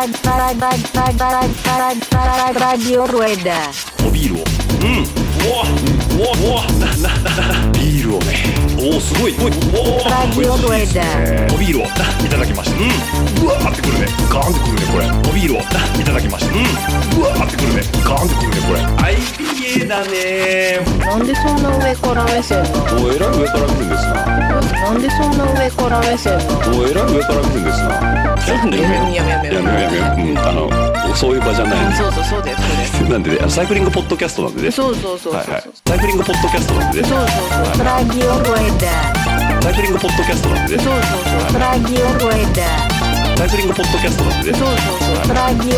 Radio Rueda。 おビールを。ビールをね。おおすごい。 Radio Rueda。 おビールをいただきました。うわーってくるね。ガーンってくるねこれ。おビールをいただきました。うわーってくるね。ガーンってくるねこれ。IPA だね。 なんでそんな上から目線なの？ おえらい上から見るんですな。 なんでそんな上から目線なの？ おえらい上から見るんですな。 やめよう。 そういう場じゃない。 そうだよそれ。 なんでね、サイクリングポッドキャストなんでね。 そう。 はいはい。サイクリングポッドキャストなんでね。 そう。Radio Rueda。 サイクリングポッドキャストなんでね。 そう。Radio Rueda。 サイクリングポッドキャストなんでね。 そう。Radio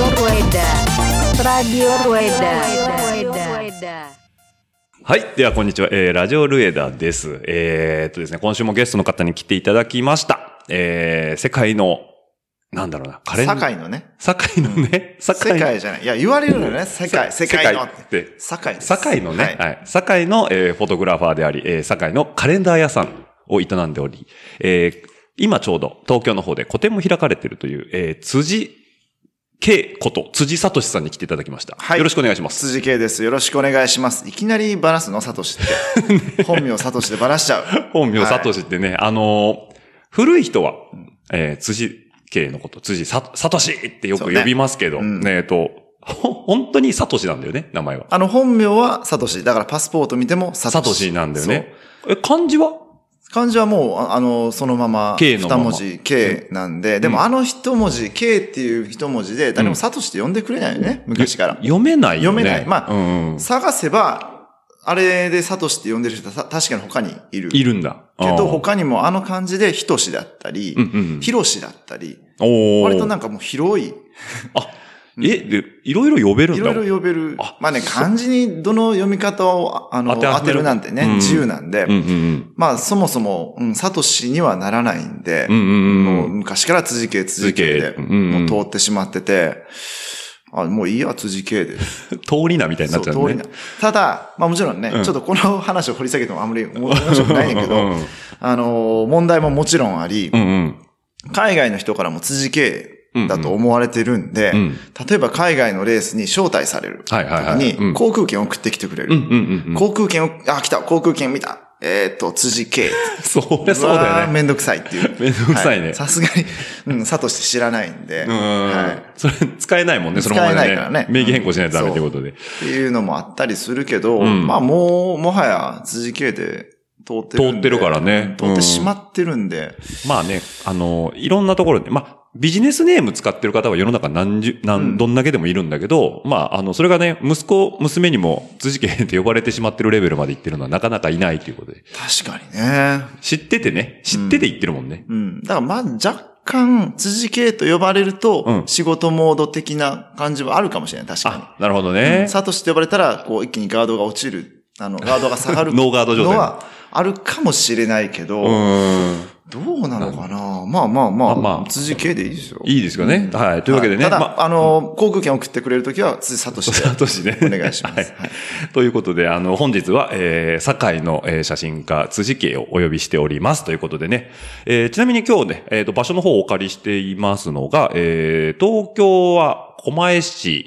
Rueda。 はい。では、こんにちは。ラジオルエダです。ですね、今週もゲストの方に来ていただきました。世界の、なんだろうな、 堺のね。 堺のね。 世界じゃない。いや、言われるのよね。世界のって。堺です。 堺のね。はい。堺の、フォトグラファーであり、堺のカレンダー屋さんを営んでおり、今ちょうど東京の方で個展も開かれているという、辻圭こと辻聡さんに来ていただきました。はい。よろしくお願いします。 辻圭です。よろしくお願いします。いきなりバラすの聡って。本名聡でバラしちゃう。 本名聡ってね、古い人は、辻圭のこと、辻聡ってよく呼びますけど、本当に聡なんだよね、名前は。 本名は聡。だからパスポート見ても聡。 聡なんだよね。漢字はもう、そのまま、二文字、K なんで、でも一文字、K っていう一文字で、誰もサトシって呼んでくれないよね、昔から。 読めないよね。 読めない。まあ、探せば、あれでサトシって呼んでる人は確かに他にいる。 いるんだ。 けど、他にも漢字でヒトシだったり、ヒロシだったり、割となんかもう広い。 で、いろいろ呼べるんだ。 いろいろ呼べる。まあね、漢字にどの読み方を、当てるなんてね、自由なんで、まあ、そもそも、サトシにはならないんで、もう昔から辻圭で、もう通ってしまってて、もういいや、辻圭で。 通りなみたいになっちゃうね。 通りな。ただ、まあもちろんね、ちょっとこの話を掘り下げてもあんまり面白くないんだけど、問題ももちろんあり、海外の人からも辻圭だと思われてるんで、例えば海外のレースに招待される時に、航空券を送ってきてくれる。航空券を、来た、航空券見た。辻圭。 そうだよね。 めんどくさいっていう。 めんどくさいね。 さすがに、サトシって知らないんで。 それ使えないもんね、そのままね。 使えないからね。 名義変更しないとダメということで。 っていうのもあったりするけど、まあもはや辻圭で通ってるからね。通ってしまってるんで。 まあね、いろんなところで、まあ、ビジネスネーム使ってる方は世の中どんだけでもいるんだけど、まあ、それがね、娘にも辻圭って呼ばれてしまってるレベルまで行ってるのはなかなかいないということで。 確かにね。 知ってて言ってるもんね。 だからまあ若干辻圭と呼ばれると、仕事モード的な感じはあるかもしれない、確かに。 なるほどね。 サトシって呼ばれたら、こう一気にガードが落ちる、ガードが下がる。 ノーガード状態。 のはあるかもしれないけど、どうなのかな。まあ、辻圭でいいですよ。 いいですよね。はい。というわけでね。 ただ、航空券を送ってくれるときは、辻聡で。お願いします。 ということで、本日は、堺の写真家、辻圭をお呼びしております。ということでね。ちなみに今日ね、場所の方をお借りしていますのが、東京は狛江市、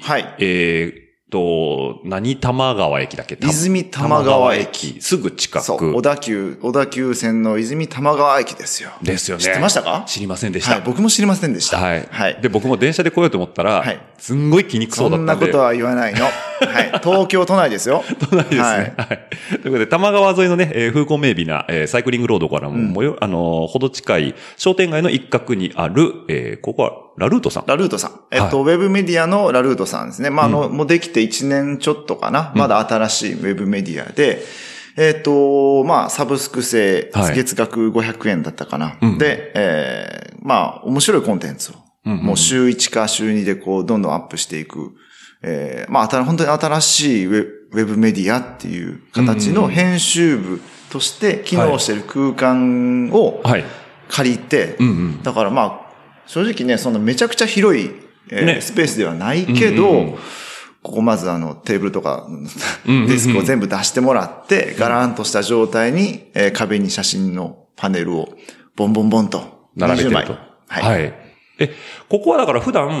何多摩川駅だっけ？ 泉多摩川駅。 すぐ近く。 そう。小田急線の泉多摩川駅ですよ。 ですよね。 知ってましたか？ 知りませんでした。 はい。僕も知りませんでした。 はい。で、僕も電車で来ようと思ったら、すんごい気にくそうだったんで。 そんなことは言わないの。はい。東京都内ですよ。 都内ですね。はい。ということで、多摩川沿いのね、風光明媚な、サイクリングロードからも、ほど近い商店街の一角にある、ここは、ラルートさん。 ウェブメディアのラルートさんですね。まあ、もうできて1年ちょっとかな。まだ新しいウェブメディアで、まあ、サブスク制、月額500円だったかな。で、まあ、面白いコンテンツを、もう週1か週2でこう、どんどんアップしていく。まあ、本当に新しいウェブメディアっていう形の編集部として機能している空間を借りて、だからまあ、正直ね、そんなめちゃくちゃ広い、スペースではないけど、ここまずテーブルとかデスクを全部出してもらって、ガランとした状態に、壁に写真のパネルをボンボンボンと並べてると。 はい。 ここはだから普段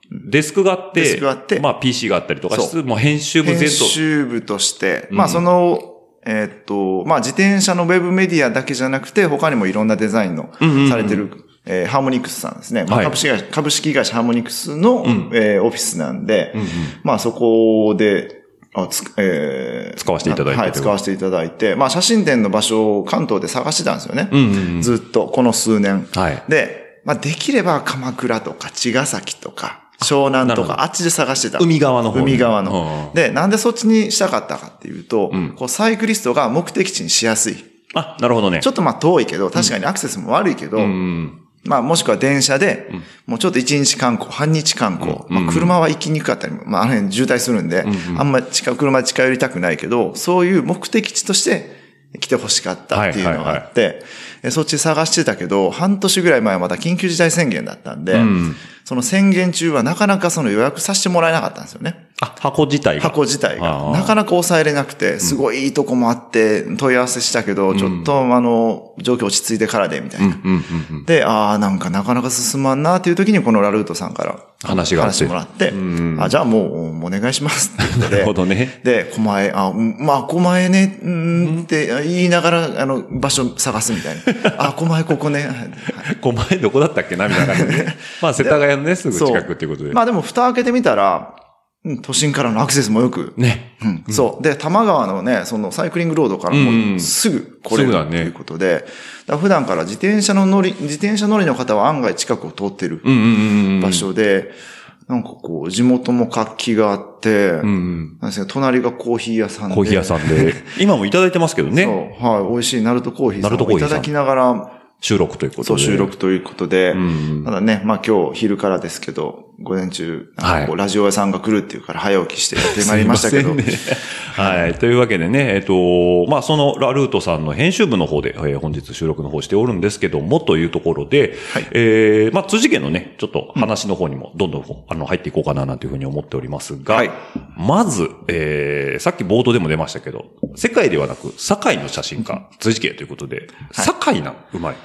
デスクがあって、 デスクがあって、 まあ PC があったりとかそうもう編集部全編集部として、まあその、まあ自転車のウェブメディアだけじゃなくて、他にもいろんなデザインのされてる、ハーモニクスさんですね。まあ、株式会社ハーモニクスの、オフィスなんで、まあそこで、 使わせていただいて。 はい、使わせていただいて、まあ写真展の場所を関東で探してたんですよね。ずっと、この数年。 はい。 で、まあできれば鎌倉とか茅ヶ崎とか、湘南とか、あっちで探してた。 海側の方。 海側の。で、なんでそっちにしたかったかっていうと、こうサイクリストが目的地にしやすい。 あ、なるほどね。 ちょっとまあ遠いけど、確かにアクセスも悪いけど、まあもしくは電車で、もうちょっと一日観光、半日観光、まあ車は行きにくかったり、まああの辺渋滞するんで、あんま車近寄りたくないけど、そういう目的地として来てほしかったっていうのがあって、そっち探してたけど、半年ぐらい前はまだ緊急事態宣言だったんで、その宣言中はなかなかその予約させてもらえなかったんですよね。 あ、箱自体が。なかなか抑えれなくて、すごいいいとこもあって、問い合わせしたけど、ちょっと状況落ち着いてからで、みたいな。で、なんかなかなか進まんなっていう時に、このラルートさんから話もらって、じゃあもうお願いしますって言って。 なるほどね。 で、狛江、まあ狛江ね、って言いながら、場所探すみたいな。狛江ここね。 狛江どこだったっけなみたいな感じで。まあ世田谷のね、すぐ近くっていうことで。 まあでも蓋開けてみたら、都心からのアクセスもよく。 ね。 そう。で、多摩川のね、そのサイクリングロードからもすぐ来れるということで、普段から自転車乗りの方は案外近くを通ってる場所で、なんかこう、地元も活気があって、なんですね、隣がコーヒー屋さんで。 コーヒー屋さんで。今もいただいてますけどね。 そう。はい。美味しいナルトコーヒーさんをいただきながら、 収録ということで。 そう、収録ということで。ただね、まあ今日昼からですけど、午前中、ラジオ屋さんが来るっていうから早起きしてやってまいりましたけど。 はい。というわけでね、まあそのラルートさんの編集部の方で、本日収録の方しておるんですけども、というところで、まあ辻家のね、ちょっと話の方にもどんどん入っていこうかななんていうふうに思っておりますが、まず、さっき冒頭でも出ましたけど、世界ではなく、堺の写真家、辻家ということで、堺なうまい。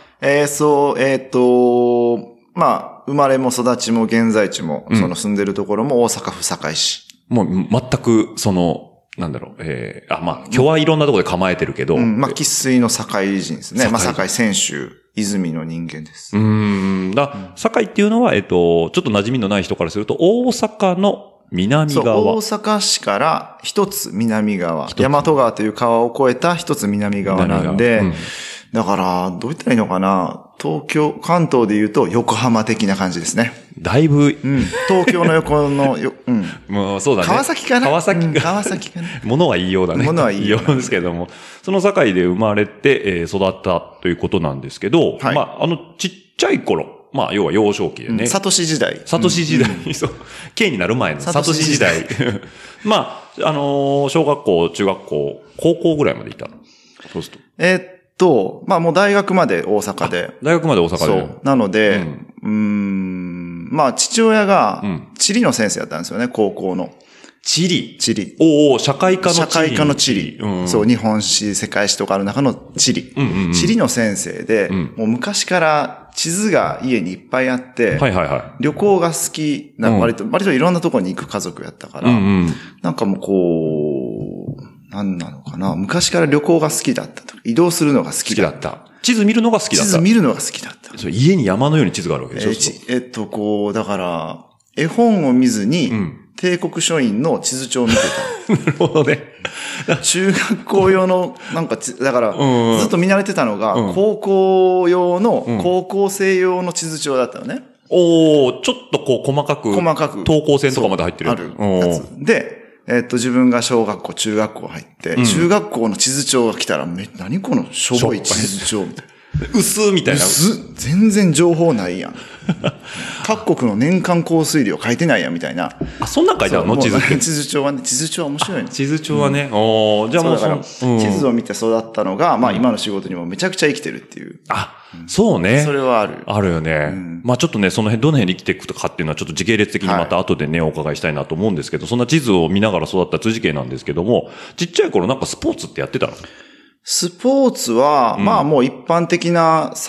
まあ、生まれも育ちも現在地も、その住んでるところも大阪府堺市。 もう全く、なんだろう、まあ、今日はいろんなところで構えてるけど。 まあ、生粋の堺人ですね。まあ、堺泉州、泉の人間です。 堺っていうのは、ちょっと馴染みのない人からすると、大阪の南側。 そう、大阪市から一つ南側。大和川という川を越えた一つ南側なんで、だから、どう言ったらいいのかな、関東で言うと横浜的な感じですね。 だいぶ、 東京の横の、 もうそうだね。 川崎かな。 川崎かな。 物は言いようだね。 物は言いようですけども、その堺で生まれて、育ったということなんですけど、まあ、ちっちゃい頃、まあ、要は幼少期でね。 サトシ時代。 サトシ時代。そう。K になる前のサトシ時代。まあ、小学校、中学校、高校ぐらいまでいたの。そうすると。まあもう大学まで大阪で。 大学まで大阪で。 そう。なので、まあ父親が地理の先生だったんですよね、高校の。 地理。社会科の地理。 社会科の地理。そう、日本史、世界史とかある中の地理。地理の先生で、もう昔から地図が家にいっぱいあって、旅行が好きな、割といろんなところに行く家族やったから、なんかもうこう、何なのかな、昔から旅行が好きだったとか、移動するのが好きだった。 地図見るのが好きだった。 地図見るのが好きだった。 家に山のように地図があるわけでしょ。こう、だから、絵本を見ずに、帝国書院の地図帳を見てた。 なるほどね。 中学校用の、なんかだから、ずっと見慣れてたのが、高校用の、高校生用の地図帳だったのね。 ちょっとこう細かく。等高線とかまで入ってる。 あるやつ。で、自分が小学校、中学校入って、中学校の地図帳が来たら、何このしょぼい地図帳みたいな。 薄みたいな。 全然情報ないやん。各国の年間降水量書いてないやんみたいな。 そんなん書いてあるの地図って。 地図帳はね、地図帳は面白いね。 地図帳はね。じゃあもうだから、地図を見て育ったのが、まあ今の仕事にもめちゃくちゃ生きてるっていう。 そうね。 それはある。 あるよね。まあちょっとね、その辺、どの辺に生きていくかっていうのはちょっと時系列的にまた後でね、お伺いしたいなと思うんですけど、そんな地図を見ながら育った辻家なんですけども、ちっちゃい頃なんかスポーツってやってたの？ スポーツは、まあもう一般的なサッ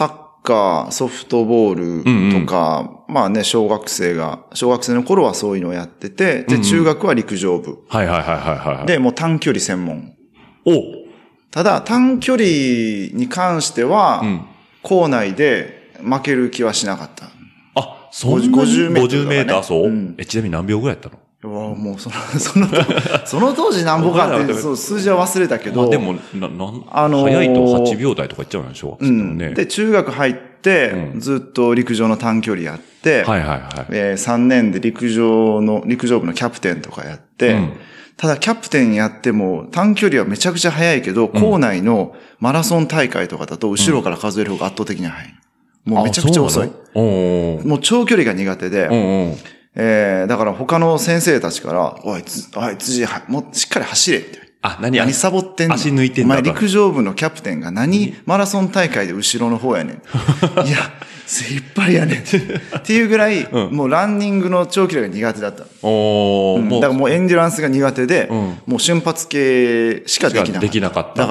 カー、ソフトボールとか、まあね、小学生の頃はそういうのをやってて、で、中学は陸上部。 はいはいはいはいはい。 で、もう短距離専門。 おただ、短距離に関しては、校内で負ける気はしなかった。 あ、そんなに 50メートル、 50メーター走、ちなみに何秒ぐらいやったの？ もうその当時何歩かって数字は忘れたけど。 まあ、でも、早いと8秒台とかいっちゃうんでしょ、ね。 で、中学入って、ずっと陸上の短距離やって、はいはいはい。3年で陸上部のキャプテンとかやって、ただキャプテンやっても短距離はめちゃくちゃ速いけど、校内のマラソン大会とかだと後ろから数える方が圧倒的に速い。もうめちゃくちゃ遅い。もう長距離が苦手で、だから他の先生たちから、おい、辻、もうしっかり走れって。何サボってんの？ 足抜いてんの？ お前陸上部のキャプテンが何マラソン大会で後ろの方やねん。いや、精一杯やねん。っていうぐらい、もうランニングの長距離が苦手だった。だからもうエンデュランスが苦手で、もう瞬発系しかできなかった。だから、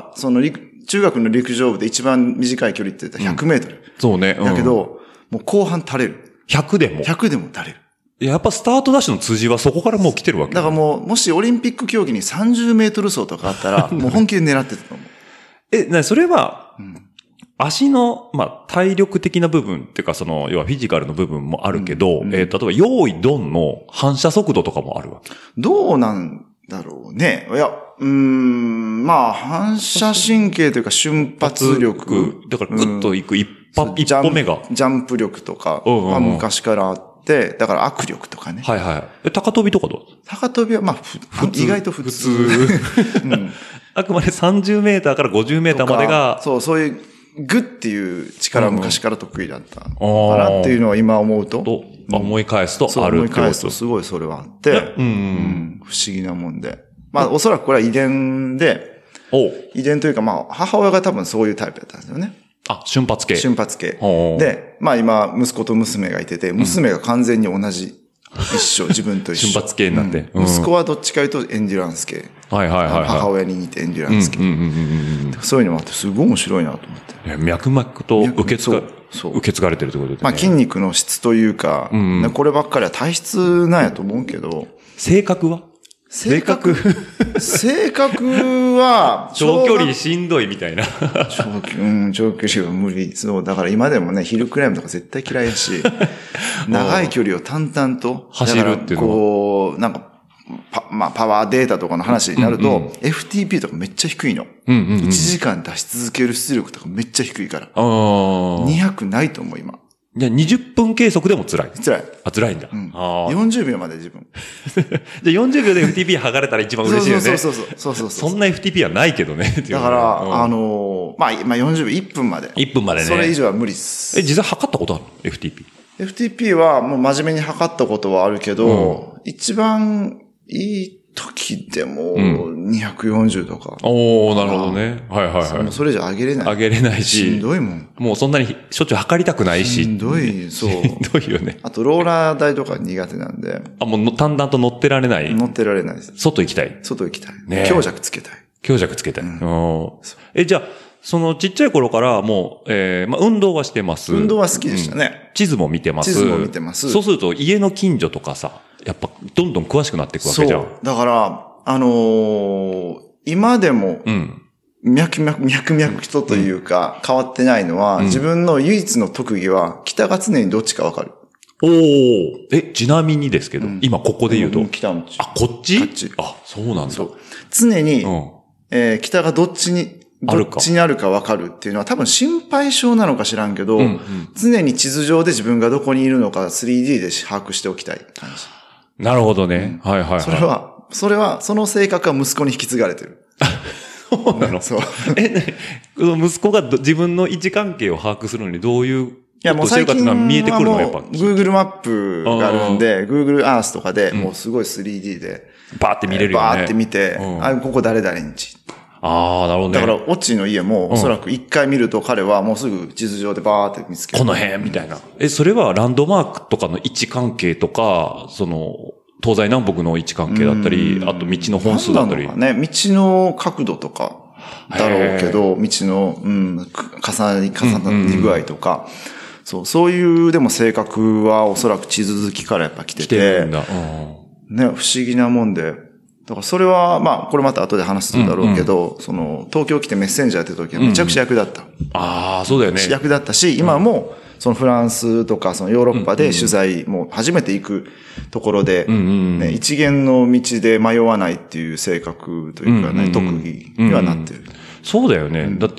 中学の陸上部で一番短い距離って言ったら100メートル。 そうね。 だけど、もう後半垂れる。 100でも垂れる。 やっぱスタートダッシュの辻はそこからもう来てるわけだからもしオリンピック競技に30メートル走とかあったら、もう本気で狙ってたと思う。 それは、足の、体力的な部分っていうか、要はフィジカルの部分もあるけど、例えば、用意ドンの反射速度とかもあるわけ。 どうなんだろうね。いや、反射神経というか瞬発力。 だからグッといく一歩目が。 ジャンプ力とかは昔からあって、だから握力とかね。 はいはい。高跳びとかどう？ 高跳びは意外と普通。 あくまで30メーターから50メーターまでが。 そういうグッっていう力は昔から得意だったかなっていうのは今思うと。 思い返すとあるってこと。思い返すとすごいそれはあって、不思議なもんで。おそらくこれは遺伝で、遺伝というか母親が多分そういうタイプだったんですよね。 瞬発系。 瞬発系。で、今、息子と娘がいてて、娘が完全に同じ、自分と一緒。 瞬発系になって。 息子はどっちかいうとエンデュランス系。母親に似てエンデュランス系。そういうのもあってすごい面白いなと思って。 脈々と受け継がれてるってことですね。 筋肉の質というか、こればっかりは体質なんやと思うけど。 性格は性格は、 長距離しんどいみたいな。 長距離は無理。そう、だから今でもね、ヒルクライムとか絶対嫌いやし、長い距離を淡々と走るっていうのは。 パワーデータとかの話になると、FTP とかめっちゃ低いの。1時間出し続ける出力とかめっちゃ低いから。200ないと思う、今。 じゃあ20分計測でも辛い。 辛いんだ。 40 秒まで自分。 じゃあ40秒で FTP 剥がれたら一番嬉しいよね。 そう。 そんな FTP はないけどね。 だから、40秒、1分まで。 1分までね。 それ以上は無理っす。 実際測ったことあるの ?FTP。 FTP はもう真面目に測ったことはあるけど、一番いい時でも240とか。 なるほどね。はい。 それじゃ上げれない。 し。 しんどいもん。 もうそんなにしょっちゅう測りたくないし。 しんどい、そう。 しんどいよね。 あと、ローラー台とか苦手なんで。 もう淡々と乗ってられない。 乗ってられないです。 外行きたい。 ね。強弱つけたい。 じゃあ、ちっちゃい頃からもう、運動はしてます。 運動は好きでしたね。 地図も見てます。そうすると家の近所とかさ、やっぱどんどん詳しくなっていくわけじゃん。そう。 だから、今でも、脈々とというか、変わってないのは、自分の唯一の特技は、北が常にどっちかわかる。 ちなみにですけど、今ここで言うと。 北のち。 こっち？そうなんだ。 常に、北がどっちにあるかわかるっていうのは多分心配性なのか知らんけど、常に地図上で自分がどこにいるのか 3D で把握しておきたい感じ。 なるほどね。はい。 それは、その性格は息子に引き継がれてる。 そうなの？そう。息子が自分の位置関係を把握するのにどういうことしてるかっていうのは見えてくるのはやっぱ。 Google マップがあるんで、Google Earth とかでもうすごい 3D で。 バーって見れるよね。 バーって見て、ここ誰々んち。 なるほどね。 だから、オッチーの家も、おそらく一回見ると彼はもうすぐ地図上でバーって見つける。 この辺みたいな。それはランドマークとかの位置関係とか、東西南北の位置関係だったり、あと道の本数だったり。 道の角度とか。 だろうけど、道の、重なり具合とか、そういうでも性格はおそらく地図好きからやっぱ来てて、ね、不思議なもんで、だからそれは、まあ、これまた後で話すんだろうけど、東京来てメッセンジャーやってた時はめちゃくちゃ役立った。 ああ、そうだよね。 役立ったし、今も、フランスとか、ヨーロッパで取材、もう初めて行くところで、ね、一元の道で迷わないっていう性格というかね、特技にはなってる。 そうだよね。だって、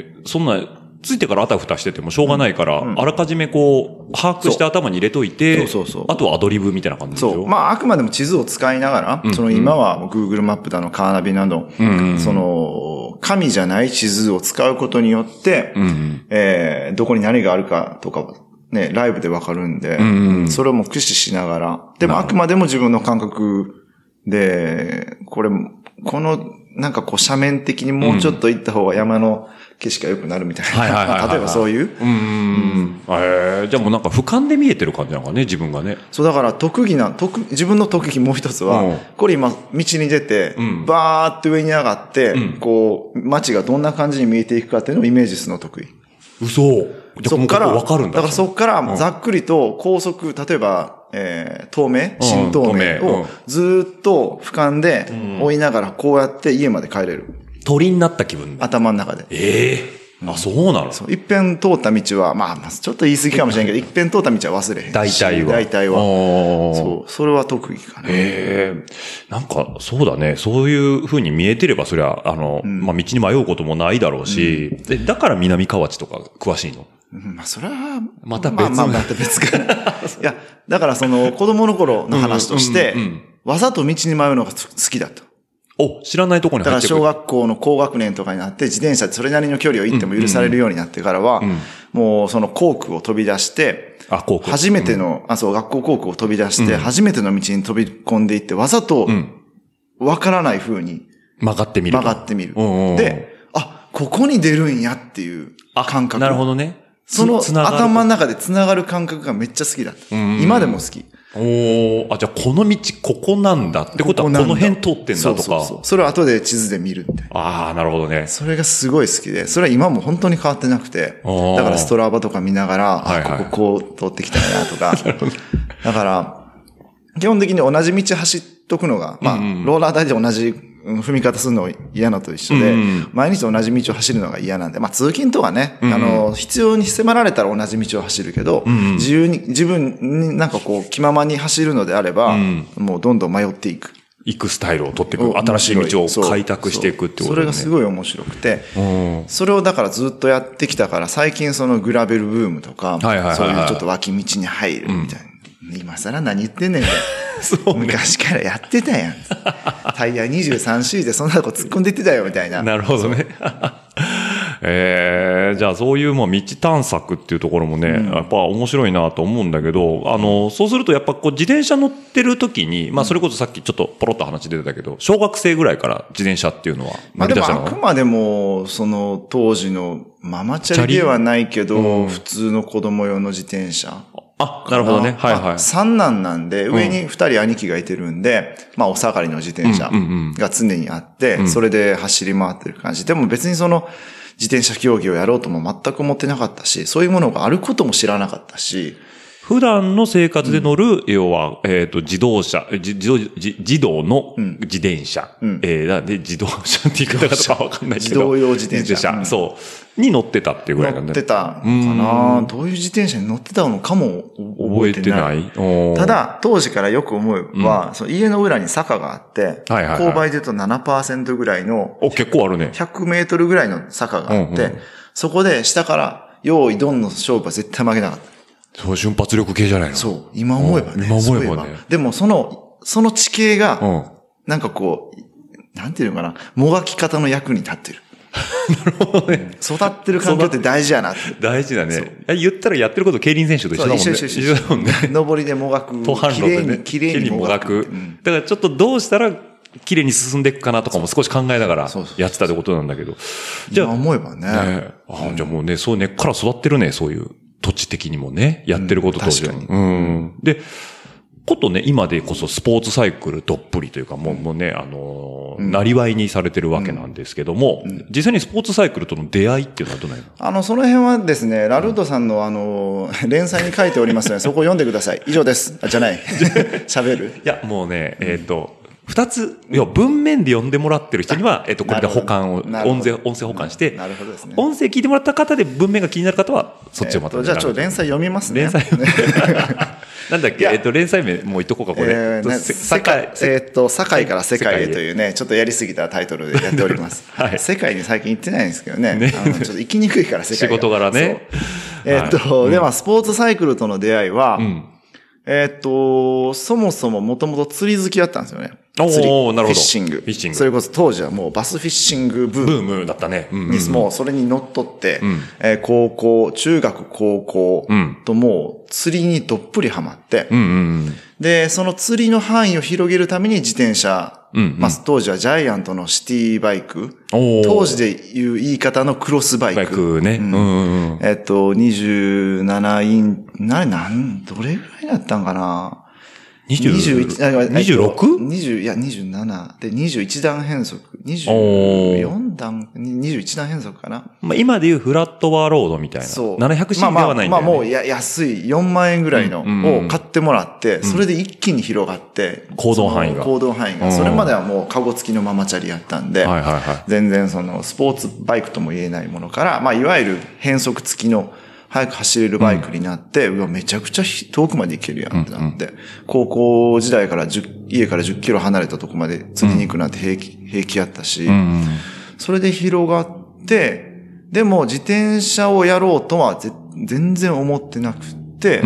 そんな、ついてからあたふたしててもしょうがないから、あらかじめこう、把握して頭に入れといて、あとはアドリブみたいな感じでしょ。 そう。まあ、あくまでも地図を使いながら、今は Google マップだの、カーナビなど、紙じゃない地図を使うことによって、どこに何があるかとか、ね、ライブでわかるんで、それをも駆使しながら、でもあくまでも自分の感覚で、この、なんかこう斜面的にもうちょっと行った方が山の景色が良くなるみたいな。例えばそういう。 じゃあもうなんか俯瞰で見えてる感じなのかね、自分がね。 そうだから自分の特技もう一つは、これ今道に出て、バーって上に上がって、こう街がどんな感じに見えていくかっていうのをイメージするの得意。 嘘。 そっから、 わかるんだ。 だからそっからざっくりと高速、例えば、新東名をずーっと俯瞰で追いながらこうやって家まで帰れる。 鳥になった気分。 頭の中で。 あ、そうなの？ そう。一遍通った道は、まあ、ちょっと言い過ぎかもしれんけど、一遍通った道は忘れへん。 大体は。 そう。それは特技かね。 なんか、そうだね。そういう風に見えてれば、そりゃ、まあ、道に迷うこともないだろうし、だから南河内とか詳しいの？ まあ、それは、 また別また別か。いや、だから子供の頃の話として、わざと道に迷うのが好きだと。 知らないところに入ってくる。 だから小学校の高学年とかになって自転車でそれなりの距離を行っても許されるようになってからは、もう校区を飛び出して、初めての、学校校区を飛び出して、初めての道に飛び込んでいって、わざと、わからない風に曲がってみる。 で、ここに出るんやっていう感覚。 なるほどね。 頭の中で繋がる感覚がめっちゃ好きだった。今でも好き。 じゃあこの道ここなんだってことはこの辺通ってんだとか。 それを後で地図で見るみたいな。なるほどね。 それがすごい好きで、それは今も本当に変わってなくて、だからストラバとか見ながら、ここ通ってきたいなとか。だから、基本的に同じ道走っとくのが、まあ、ローラー台で同じ踏み方するの嫌なのと一緒で、毎日同じ道を走るのが嫌なんで、まあ通勤とかね、必要に迫られたら同じ道を走るけど、自分になんかこう気ままに走るのであれば、もうどんどん迷っていく。 行くスタイルを取っていく。新しい道を開拓していくってことですね。 それがすごい面白くて、それをだからずっとやってきたから、最近グラベルブームとか、そういうちょっと脇道に入るみたいな。今更何言ってんねんね。昔からやってたやん。タイヤ 23C でそんなとこ突っ込んでいってたよみたいな。 なるほどね。じゃあそういう道探索っていうところもね、やっぱ面白いなと思うんだけど、そうするとやっぱ自転車乗ってる時に、まあそれこそさっきちょっとポロッと話出てたけど、小学生ぐらいから自転車っていうのは乗り出したの？ まあでもあくまでも、当時のママチャリではないけど、普通の子供用の自転車。 なるほどね。 三男なんで、上に二人兄貴がいてるんで、まあお下がりの自転車が常にあって、それで走り回ってる感じ。でも別に自転車競技をやろうとも全く思ってなかったし、そういうものがあることも知らなかったし、 普段の生活で乗る、要は、自動の自転車。で、自動車って言い方がわかんないけど。 自動用自転車。 そう。に乗ってたっていうぐらいなんだね。 乗ってたかな。どういう自転車に乗ってたのかも覚えてない。ただ、当時からよく思えば、家の裏に坂があって、勾配で言うと 7% ぐらいの、 結構あるね。 100メートルぐらいの坂があって、そこで下から、用意ドンの勝負は絶対負けなかった。 そう、瞬発力系じゃないの？ そう。今思えばね。 今思えばね。 でもその地形が、なんかこう、なんていうのかな、もがき方の役に立ってる。 なるほどね。 育ってる環境って大事やなって。 大事だね。言ったらやってること競輪選手と一緒だもんね。 一緒だもんね。上りでもがく。 途半路でね。綺麗にもがく。だからちょっとどうしたら綺麗に進んでいくかなとかも少し考えながらやってたってことなんだけど。 じゃあ思えばね。 じゃあもうね、そう根っから育ってるね、そういう土地的にもね、やってることとして。 確かに。 で、 ことね、今でこそスポーツサイクルどっぷりというか、もうね、なりわいにされてるわけなんですけども、実際にスポーツサイクルとの出会いっていうのはどのような？ その辺はですね、ラルートさんの連載に書いておりますので、そこを読んでください。以上です。じゃない。喋る？ いや、もうね、二つ、要は文面で読んでもらってる人には、これで保管を、音声保管して、 なるほどですね。 音声聞いてもらった方で文面が気になる方は、そっちをまた、 じゃあ連載読みますね。 連載なんだっけ連載名もう言っとこうか、これ。 堺から世界へというね、ちょっとやりすぎたタイトルでやっております。はい。世界に最近行ってないんですけどね。ちょっと行きにくいから世界が。 仕事柄ね。 で、スポーツサイクルとの出会いは、そもそももともと釣り好きだったんですよね。釣り。 なるほど。 フィッシング。それこそ当時はもうバスフィッシングブームだったね。 もうそれに乗っ取って、中学高校ともう釣りにどっぷりハマって、で、その釣りの範囲を広げるために自転車、当時はジャイアントのシティバイク、当時で言う言い方のクロスバイク。 バイクね。 27イン、どれぐらいだったんかな 26? いや、27で21段変速。24段、21段変速かな。 今でいうフラットバーロードみたいな。そう。700ccではないんだよね。 もう安い4万円ぐらいのを買ってもらって、それで一気に広がって、 行動範囲が。 それまではもうカゴ付きのママチャリやったんで、全然そのスポーツバイクとも言えないものから、いわゆる変速付きの早く走れるバイクになって、めちゃくちゃ遠くまで行けるやんってなって、高校時代から家から10キロ離れたとこまで釣りに行くなんて平気やったし、それで広がって、でも自転車をやろうとは全然思ってなくて、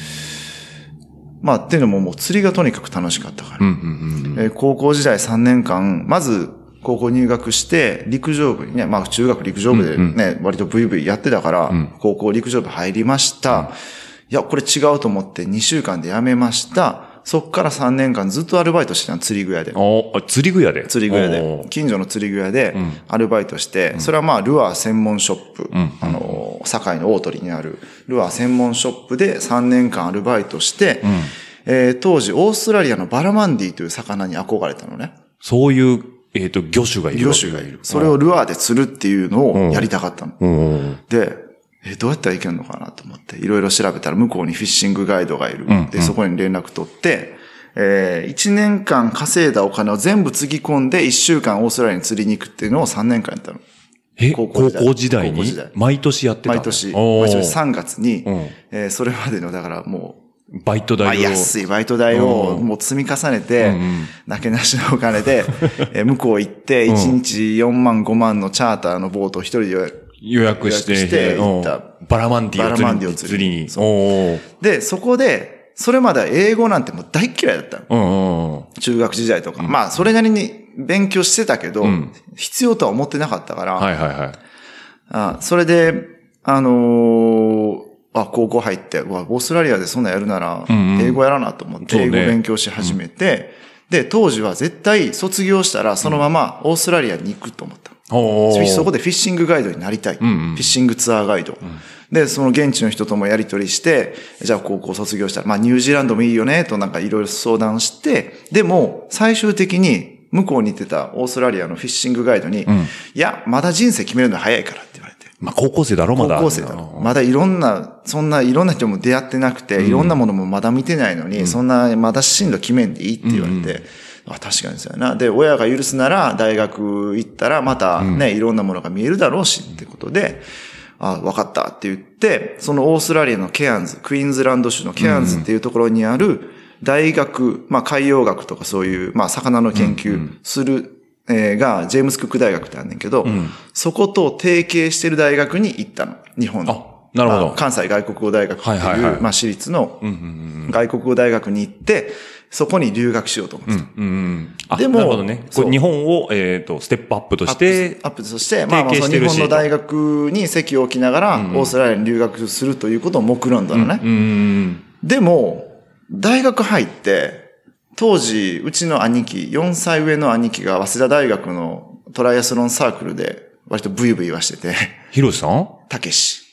っていうのももう釣りがとにかく楽しかったから。高校時代3年間、まず、高校入学して、陸上部にね、中学陸上部でね、割とブイブイやってたから、高校陸上部入りました。いや、これ違うと思って2週間で辞めました。そっから3年間ずっとアルバイトしてたの、釣り具屋で。 釣り具屋で？ 釣り具屋で。近所の釣り具屋でアルバイトして、それはルアー専門ショップ、堺の大鳥にあるルアー専門ショップで3年間アルバイトして、当時オーストラリアのバラマンディという魚に憧れたのね。 そういう魚種がいる。 魚種がいる。それをルアーで釣るっていうのをやりたかったの。で、どうやったらいけんのかなと思って、いろいろ調べたら向こうにフィッシングガイドがいる。で、そこに連絡取って、1年間稼いだお金を全部つぎ込んで1週間オーストラリアに釣りに行くっていうのを3年間やったの。 高校時代に毎年やってたの？ 毎年3月に、それまでの、だからもう、 バイト代を。 安いバイト代をもう積み重ねて、なけなしのお金で、向こう行って、1日4万5万のチャーターのボートを一人で予約して行った。バラマンディを釣りに。 で、そこで、それまでは英語なんてもう大嫌いだったの。中学時代とか。それなりに勉強してたけど、必要とは思ってなかったから。それで、高校入って、オーストラリアでそんなやるなら、英語やらなと思って、英語勉強し始めて、で、当時は絶対卒業したらそのままオーストラリアに行くと思った。そこでフィッシングガイドになりたい。フィッシングツアーガイド。で、その現地の人ともやり取りして、じゃあ高校卒業したら、ニュージーランドもいいよね、となんかいろいろ相談して、でも、最終的に向こうに行ってたオーストラリアのフィッシングガイドに、いや、まだ人生決めるの早いからって言われて。 高校生だろ、まだ。 高校生だろ。まだいろんな人も出会ってなくて、いろんなものもまだ見てないのに、そんな、まだ進路決めんでいいって言われて、確かにそうやな。で、親が許すなら、大学行ったら、またね、いろんなものが見えるだろうし、ってことで、わかったって言って、そのオーストラリアのケアンズ、クイーンズランド州のケアンズっていうところにある、大学、海洋学とかそういう、魚の研究する、が、ジェームス・クック大学ってあんねんけど、そこと提携してる大学に行ったの。日本の。 なるほど。 関西外国語大学っていう、私立の外国語大学に行って、そこに留学しようと思ってた。 でも、なるほどね。日本を、ステップアップとして、 日本の大学に籍を置きながら、オーストラリアに留学するということを目論んだのね。でも、大学入って、当時、うちの兄貴、4歳上の兄貴が早稲田大学のトライアスロンサークルで割とブイブイはしてて。 ヒロシさん？ たけし。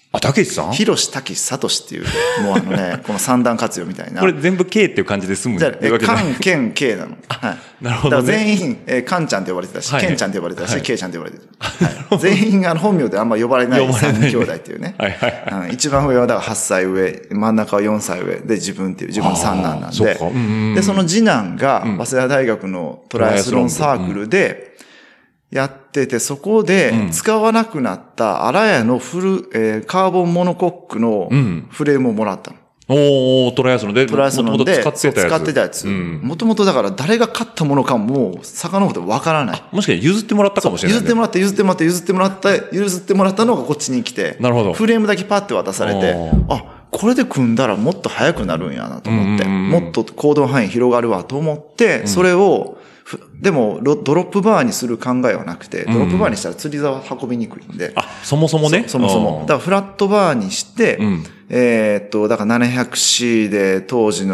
あ、たけしさんひろし、たけし、さとしっていう、もうこの三段活用みたいな。 これ全部 K っていう感じで済むじゃあ、 わけじゃない。 カン、ケン、K なの。はい。 なるほどね。 だから全員、カンちゃんって呼ばれてたし、 はいケンちゃんって呼ばれてたし、 はいケイちゃんって呼ばれてた。はい。全員本名であんま呼ばれない三兄弟っていうね。 はいはいはい。 うん、一番上はだから8歳上、真ん中は4歳上で自分っていう、自分三男なんで。で、その次男が、早稲田大学のトライアスロンサークルで、やってて、そこで使わなくなったアラヤのカーボンモノコックのフレームをもらったの。 トライアスロンで、 トライアスロンで使ってたやつ。 もともとだから誰が買ったものかも遡ってわからない。 もしかして譲ってもらったかもしれない、ね。 譲ってもらったのがこっちに来て。 なるほど。 フレームだけパッて渡されて、あ、これで組んだらもっと速くなるんやなと思って、もっと行動範囲広がるわと思って、それを、でも、ドロップバーにする考えはなくて、ドロップバーにしたら釣り竿運びにくいんで。 あ、そもそもね。 そもそも。だからフラットバーにして、だから 700C で当時の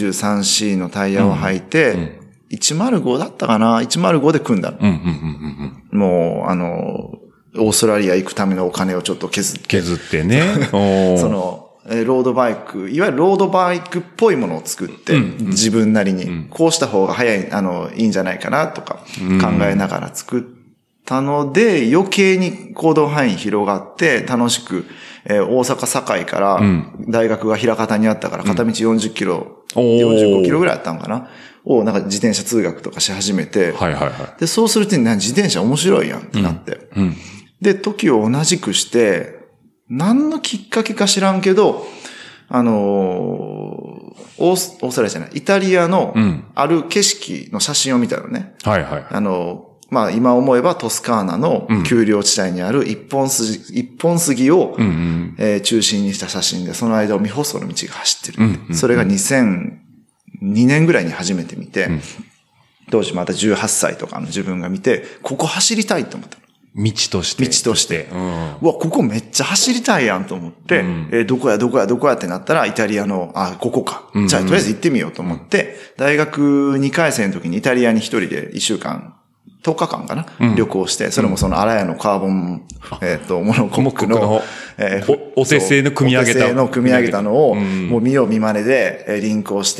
23C のタイヤを履いて、105だったかな ?105 で組んだの。もう、オーストラリア行くためのお金をちょっと削ってね。 ロードバイク、いわゆるロードバイクっぽいものを作って、自分なりに、こうした方が早い、いいんじゃないかなとか考えながら作ったので、余計に行動範囲広がって楽しく、大阪堺から大学が枚方にあったから片道40キロ、45キロぐらいあったのかなをなんか自転車通学とかし始めて、で、そうすると自転車面白いやんってなって。で、時を同じくして、何のきっかけか知らんけど、オーストラリアじゃない、イタリアのある景色の写真を見たのね。まあ今思えばトスカーナの丘陵地帯にある一本杉を中心にした写真で、その間を未舗装の道が走ってる。それが2002年ぐらいに初めて見て、当時また18歳とかの自分が見て、ここ走りたいと思った。 道として。 うわ、ここめっちゃ走りたいやんと思って、どこやってなったら、イタリアの、ここか。じゃあ、とりあえず行ってみようと思って、大学2回生の時にイタリアに一人で1週間、10日間かな、旅行して、それもそのアラヤのカーボン、モノコックの、 お手製の組み上げたのを、もう見よう見真似で、リンクをして、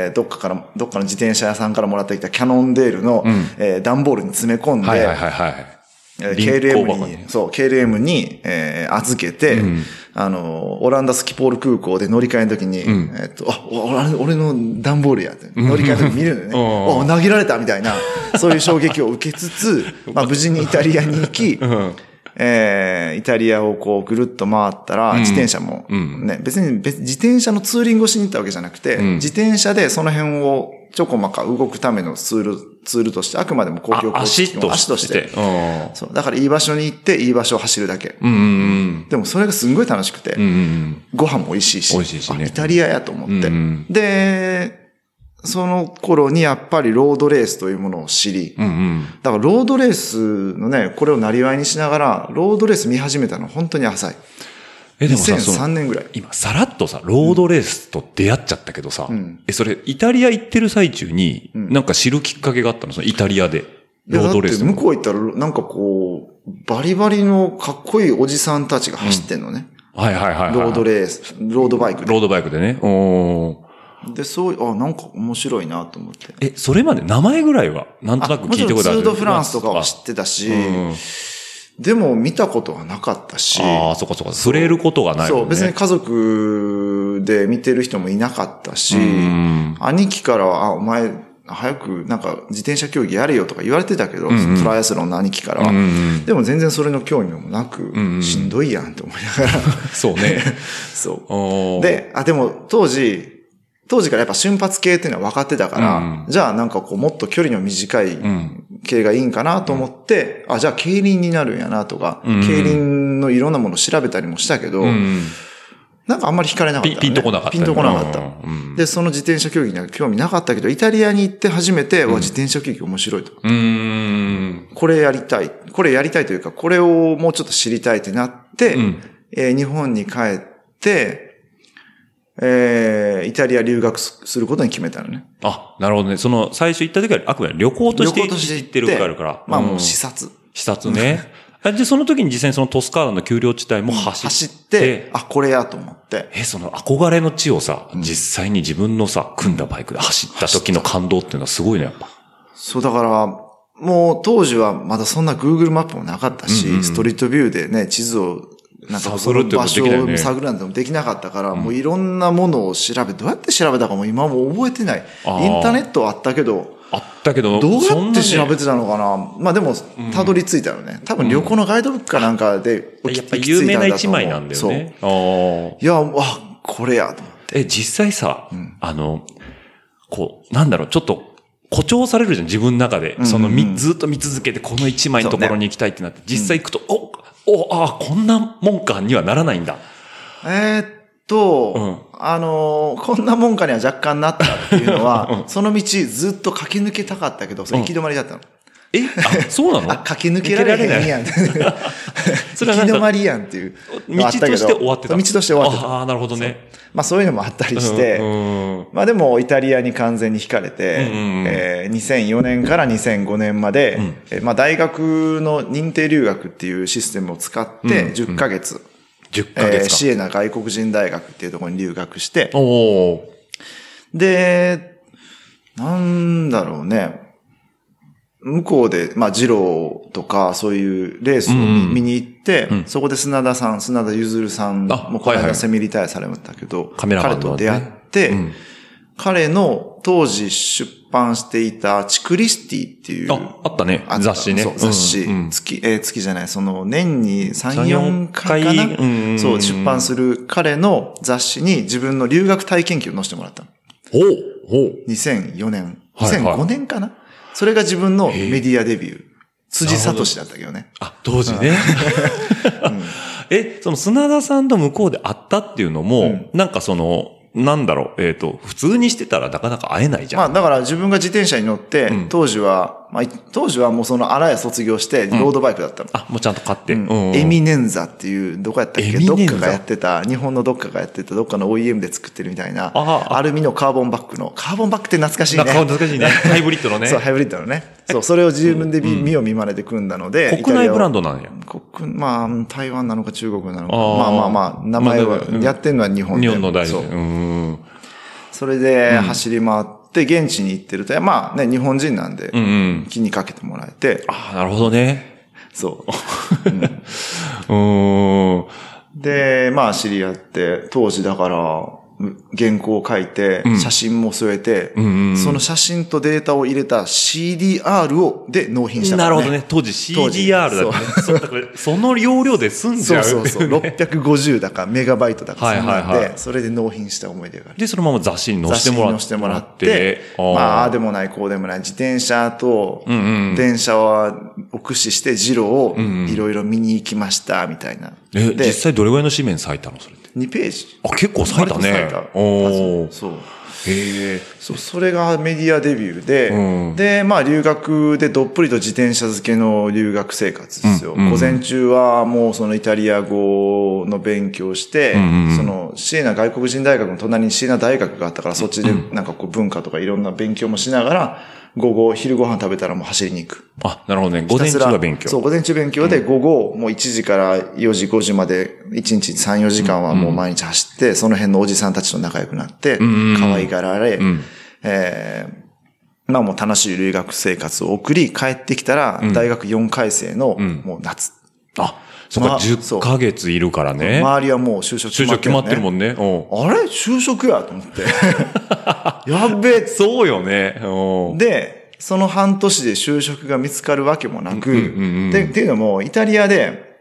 どっかの自転車屋さんからもらってきたキャノンデールの、段ボールに詰め込んで、KLM に、預けて、オランダスキポール空港で乗り換えの時に、俺の段ボールやって、乗り換えの時見るのよね。投げられたみたいな、そういう衝撃を受けつつ、無事にイタリアに行き、イタリアをこうぐるっと回ったら、自転車も、ね、別に自転車のツーリングをしに行ったわけじゃなくて、自転車でその辺をちょこまか動くためのツールとして、あくまでも公共交通機の足として。そう。だからいい場所に行って、いい場所を走るだけ。でもそれがすんごい楽しくて、ご飯も美味しいし、イタリアやと思って。で、その頃にやっぱりロードレースというものを知り、だからロードレースのね、これをなりわいにしながら、ロードレース見始めたのは本当に浅い。 でもさ、 2003年ぐらい。 今、さらっとさ、ロードレースと出会っちゃったけどさ、それ、イタリア行ってる最中に、なんか知るきっかけがあったの？そのイタリアで。ロードレース。 向こう行ったら、なんかこう、バリバリのかっこいいおじさんたちが走ってんのね。ロードレース、ロードバイクで。 ロードバイクでね。 で、そういう、なんか面白いなと思って。 それまで名前ぐらいは、なんとなく聞いてことある？ ツードフランスとかは知ってたし、でも見たことはなかったし。 そこ。触れることがないもんね。 そう、別に家族で見てる人もいなかったし、兄貴からは、お前、早くなんか自転車競技やれよとか言われてたけど、トライアスロンの兄貴からは。でも全然それの興味もなく、しんどいやんって思いながら。 そうね。 そう。で、でも当時からやっぱ瞬発系っていうのは分かってたから、じゃあなんかこうもっと距離の短い系がいいんかなと思って、じゃあ競輪になるんやなとか、競輪のいろんなものを調べたりもしたけど、なんかあんまり惹かれなかった、ね。 ピンとこなかった。 で、その自転車競技には興味なかったけど、イタリアに行って初めて、自転車競技面白いと。これやりたいというか、これをもうちょっと知りたいってなって、日本に帰って、イタリア留学することに決めたのね。 なるほどね。その、最初行った時は、あくまで旅行として行ってるから。 もう視察。 視察ね。 で、その時に実際にそのトスカーナの丘陵地帯も走って、 あ、これやと思って。 その憧れの地をさ、実際に自分のさ、組んだバイクで走った時の感動っていうのはすごいね、やっぱ。 そう、だから、もう当時はまだそんな Google マップもなかったし、ストリートビューでね、地図を、なんかその場所を探るなんてもできなかったから、もういろんなものを調べ、どうやって調べたかも今も覚えてない。インターネットはあったけど、どうやって調べてたのかな。まあでも、たどり着いたよね。多分旅行のガイドブックかなんかで、 やっぱ有名な一枚なんだよね。 そう。いや、これやと思って。 実際さ、こう、なんだろう、ちょっと誇張されるじゃん、自分の中で。ずっと見続けてこの一枚のところに行きたいってなって、実際行くと、こんなもんかにはならないんだ。こんなもんかには若干なったっていうのは、その道ずっと駆け抜けたかったけど、それ行き止まりだったの。 そうなの？ 駆け抜けられへんやん。それは行き止まりやんっていう。 道として終わってた。 道として終わってた。 ああ、なるほどね。 まあそういうのもあったりして、まあでもイタリアに完全に惹かれて、2004年から2005年まで、まあ大学の認定留学っていうシステムを使って10ヶ月、シエナ外国人大学っていうところに留学して、で、なんだろうね、向こうで、まあ、ジローとか、そういうレースを見に行って、そこで砂田ゆずるさんもこの間セミリタイアされましたけど、彼と出会って、彼の当時出版していたチクリスティっていう。 あったね。雑誌ね。 そう、雑誌。月じゃない、年に3、4回かな。そう、出版する彼の雑誌に自分の留学体験記を載せてもらったの。2004年。2005年かな。それが自分のメディアデビュー。辻聡だったけどね。 当時ね。その砂田さんと向こうで会ったっていうのも、なんかなんだろう、普通にしてたらなかなか会えないじゃん。 まあだから自分が自転車に乗って、当時はもう荒谷卒業して、ロードバイクだったの。 もうちゃんと買って。 エミネンザっていう、どこやったっけ？どっかがやってた、日本のどっかがやってた、どっかの OEM で作ってるみたいな、アルミのカーボンバッグって懐かしいね。 懐かしいね。ハイブリッドのね。 そう、ハイブリッドのね。そう、それを自分で見を見まねで組んだので。 国内ブランドなんや。 まあ、台湾なのか中国なのか。まあ、名前は、やってるのは日本で。 日本の大事。 それで走り回って、現地に行ってると、まあね、日本人なんで、気にかけてもらえて。 なるほどね。 そう。で、まあ知り合って、当時だから、原稿を書いて、写真も添えて、その写真とデータを入れた CDR で納品したからね。 なるほどね。当時 CDR だね。その容量で済んじゃう。 そう。650だかメガバイトだかそんなんで、それで納品した思い出がある。 で、そのまま雑誌に載せてもらって。 まあ、でもない、こうでもない。自転車と電車を駆使してジロをいろいろ見に行きました、みたいな。 実際どれぐらいの紙面割いたのそれって。 2ページ。 結構割いたね。 そう。それがメディアデビューで、で、まあ留学でどっぷりと自転車漬けの留学生活ですよ。午前中はもうそのイタリア語の勉強して、そのシエナ外国人大学の隣にシエナ大学があったからそっちでなんかこう文化とかいろんな勉強もしながら、昼ご飯食べたらもう走りに行く。 なるほどね。午前中は勉強。 そう、午前中勉強で午後、もう1時から4時、5時まで、1日3、4時間はもう毎日走って、その辺のおじさんたちと仲良くなって、可愛がられ、まあもう楽しい留学生活を送り、帰ってきたら、大学4回生のもう夏。 そっか、10ヶ月いるからね。 周りはもう就職決まってるもんね。 あれ就職やと思って。やっべえ。 そうよね。 で、その半年で就職が見つかるわけもなく、っていうのも、イタリアで、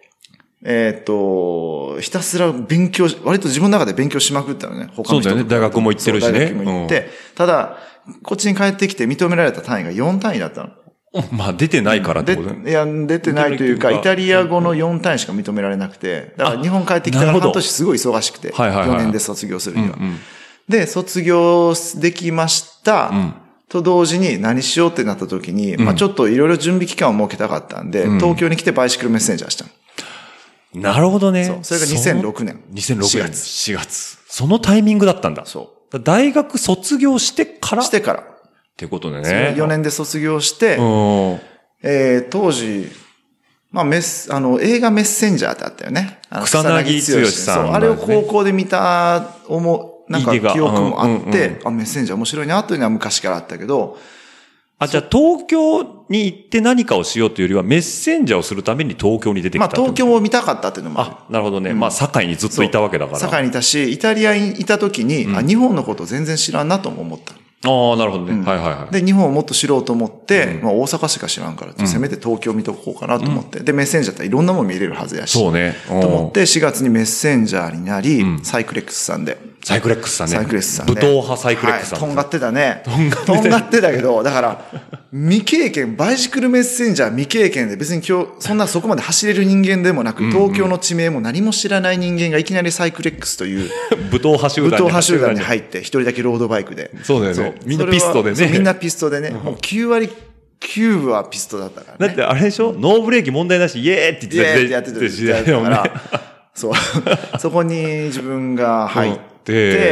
ひたすら割と自分の中で勉強しまくったのね。 そうだよね。大学も行ってるしね。 大学も行って。ただ、こっちに帰ってきて認められた単位が4単位だったの。 まあ出てないからってことね。 いや、出てないというか、イタリア語の4単位しか認められなくて、だから日本帰ってきたら半年すごい忙しくて、4年で卒業するには。で、卒業できました、と同時に何しようってなった時に、まあちょっといろいろ準備期間を設けたかったんで、東京に来てバイシクルメッセンジャーしたの。 なるほどね。 それが2006年。 4月。そのタイミングだったんだ。 そう。 大学卒業してからってことでね。 4年で卒業して、当時、 まあ映画メッセンジャーってあったよね。 草薙剛さん、 そう、あれを高校で見たなんか記憶もあって、メッセンジャー面白いなというのは昔からあったけど。 じゃあ東京に行って何かをしようというよりはメッセンジャーをするために東京に出てきた。 まあ東京を見たかったっていうのもある。 なるほどね。まあ堺にずっといたわけだから。 堺にいたし、イタリアにいた時に、日本のことを全然知らんなとも思った。 なるほどね。はいはいはい。 で、日本をもっと知ろうと思って、まあ大阪しか知らんから、せめて東京見とこうかなと思って。で、メッセンジャーっていろんなもの見れるはずやし。 そうね。 と思って、4月にメッセンジャーになり、サイクレックスさんで。 サイクレックスさんね。 サイクレックスさんね。 武闘派サイクレックスさん。 とんがってたね。とんがってたけど、だから、未経験、バイシクルメッセンジャー未経験で別に今日、そこまで走れる人間でもなく、東京の地名も何も知らない人間がいきなりサイクレックスという、 武闘派集団に入って、一人だけロードバイクで。 そうだよね。みんなピストでね。 みんなピストでね。もう9割9分はピストだったからね。 だってあれでしょ、ノーブレーキ問題なし、イエーって言ってやってた時代だから、そう。そこに自分が入って、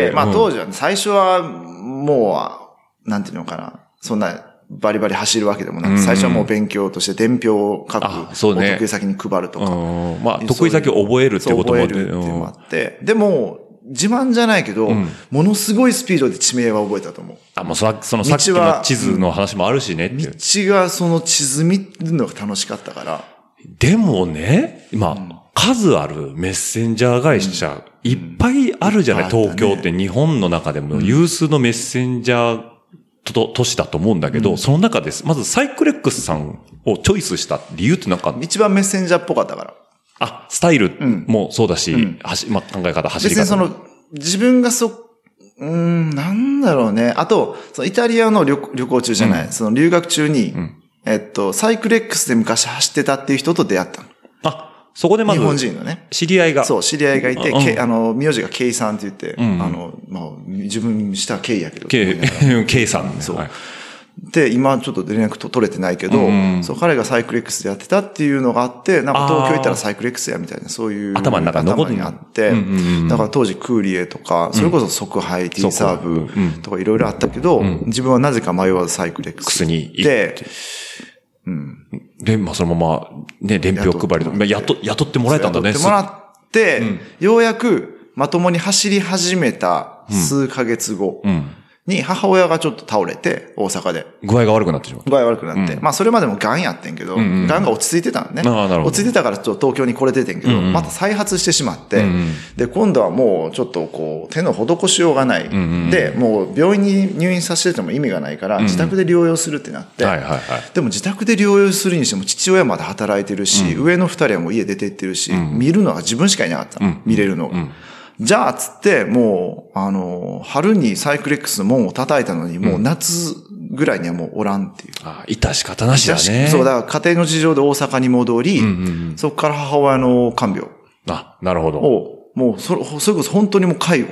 まあ当時はね、最初はもう、なんていうのかな、そんなバリバリ走るわけでもなく、最初はもう勉強として伝票を書く、お得意先に配るとか。 まあ得意先を覚えるってことも覚えるっていうのもあって、でも、自慢じゃないけど、ものすごいスピードで地名は覚えたと思う。 もうそのさっきの地図の話もあるしねっていう。 道がその地図見るのが楽しかったから。 でもね、数あるメッセンジャー会社、いっぱいあるじゃない、東京って日本の中でも有数のメッセンジャー都市だと思うんだけど、その中です。まずサイクレックスさんをチョイスした理由ってなんか一番メッセンジャーっぽかったから。 スタイルもそうだし、考え方、走り方。 別に自分がなんだろうね。あと、イタリアの旅行中じゃない、留学中に、サイクレックスで昔走ってたっていう人と出会ったの。 そこでまず、 日本人のね。 知り合いが。 そう、知り合いがいて、名字がケイさんって言って、自分にしたらケイやけど。 ケイさんね。 そう。で、今ちょっと連絡取れてないけど、彼がサイクレックスでやってたっていうのがあって、なんか東京行ったらサイクレックスやみたいな、そういう頭にあって、だから当時クーリエとか、それこそ即配 T サーブとかいろいろあったけど、自分はなぜか迷わずサイクレックスに行って、 で、そのまま、ね、伝票配り雇ってもらえたんだね。 雇ってもらって、ようやくまともに走り始めた数ヶ月後に母親がちょっと倒れて、大阪で。 具合が悪くなってしまう。 具合悪くなって。まあそれまでも癌やってんけど、癌が落ち着いてたのね。落ち着いてたからちょっと東京に来れててんけど、また再発してしまって、で、今度はもうちょっと手の施しようがない。で、もう病院に入院させてても意味がないから、自宅で療養するってなって、でも自宅で療養するにしても父親まで働いてるし、上の二人はもう家出て行ってるし、見るのは自分しかいなかったの。見れるのが。じゃあ、つって、もう、春にサイクレックスの門を叩いたのに、もう夏ぐらいにはもうおらんっていう。 致し方なしだね。 そう、だから家庭の事情で大阪に戻り、そこから母親の看病。 なるほど。 もう、それこそ本当にもう介護。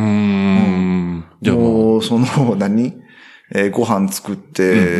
もう、ご飯作って、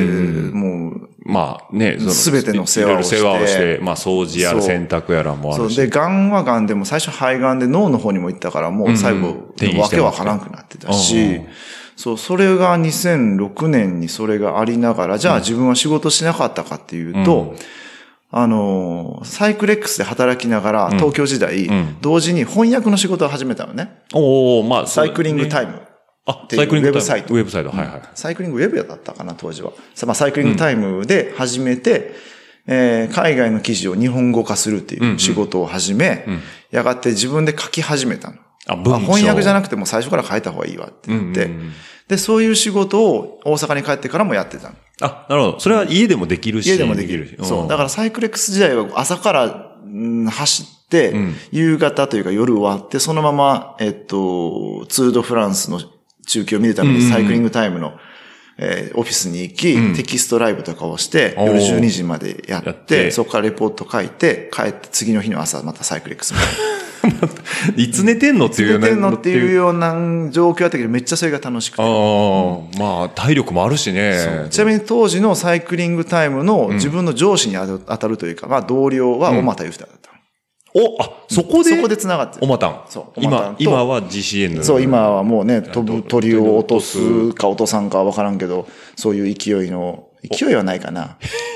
もう、すべての世話をして。 掃除やら洗濯やらもあるし。 そう。で、癌は癌でも最初肺癌で脳の方にも行ったから、もう最後、わけわからんくなってたし、そう、それが2006年にそれがありながら、じゃあ自分は仕事しなかったかっていうと、サイクレックスで働きながら、東京時代、同時に翻訳の仕事を始めたのね。サイクリングタイム。 サイクリングタイム。 ウェブサイト。サイクリングウェブだったかな、当時は。サイクリングタイムで始めて、海外の記事を日本語化するっていう仕事を始め、やがて自分で書き始めたの。翻訳じゃなくても最初から書いた方がいいわって言って、で、そういう仕事を大阪に帰ってからもやってたの。 なるほど。それは家でもできるし。 家でもできる。そう。だからサイクレックス時代は朝から走って、夕方というか夜終わって、そのまま、ツードフランスの中継を見るためにサイクリングタイムの、オフィスに行き、テキストライブとかをして、夜12時までやって、そこからレポート書いて、帰って次の日の朝またサイクレックスまで。 いつ寝てんのっていうような。 いつ寝てんのっていうような状況だったけど、めっちゃそれが楽しくて。 体力もあるしね。 ちなみに当時のサイクリングタイムの自分の上司に当たるというか、同僚は小俣裕太だった。 そこで繋がってる。 おまたん。 そう。 今は GCN。 そう、今はもうね、飛ぶ鳥を落とすか落とさんかわからんけど、そういう勢いはないかな。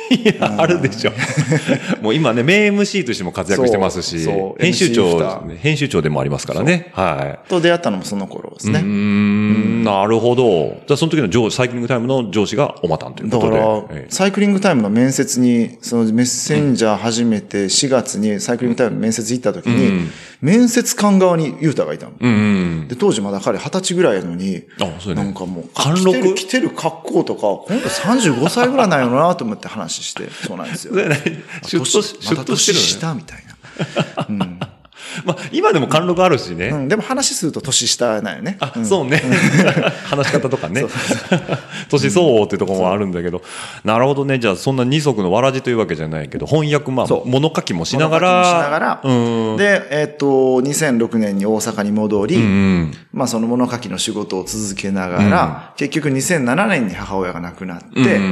いや、あるでしょ。もう今ね、名 MC としても活躍してますしそう、 編集長でもありますからね。はい。 と出会ったのもその頃ですね。 なるほど。じゃあその時のサイクリングタイムの上司がおまたんということで。 だから、サイクリングタイムの面接に、そのメッセンジャー始めて4月にサイクリングタイムの面接行った時に、面接官側にユータがいたの。で、当時まだ彼20歳ぐらいやのに、なんかもう、着てる格好とか、今度35歳ぐらいなんやろなと思って話して、そうなんですよ。 シュッとしてる下みたいな。 まあ、今でも貫禄あるしね。 でも話すると年下なんよね。 そうね。話し方とかね。年相応っていうところもあるんだけど。なるほどね。じゃあ、そんな二足のわらじというわけじゃないけど、翻訳、物書きもしながら。 で、2006年に大阪に戻り、まあ、その物書きの仕事を続けながら、結局2007年に母親が亡くなって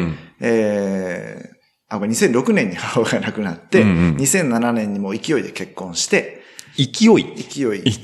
、2006年に母親が亡くなって、2007年にも勢いで結婚して、 勢い。 人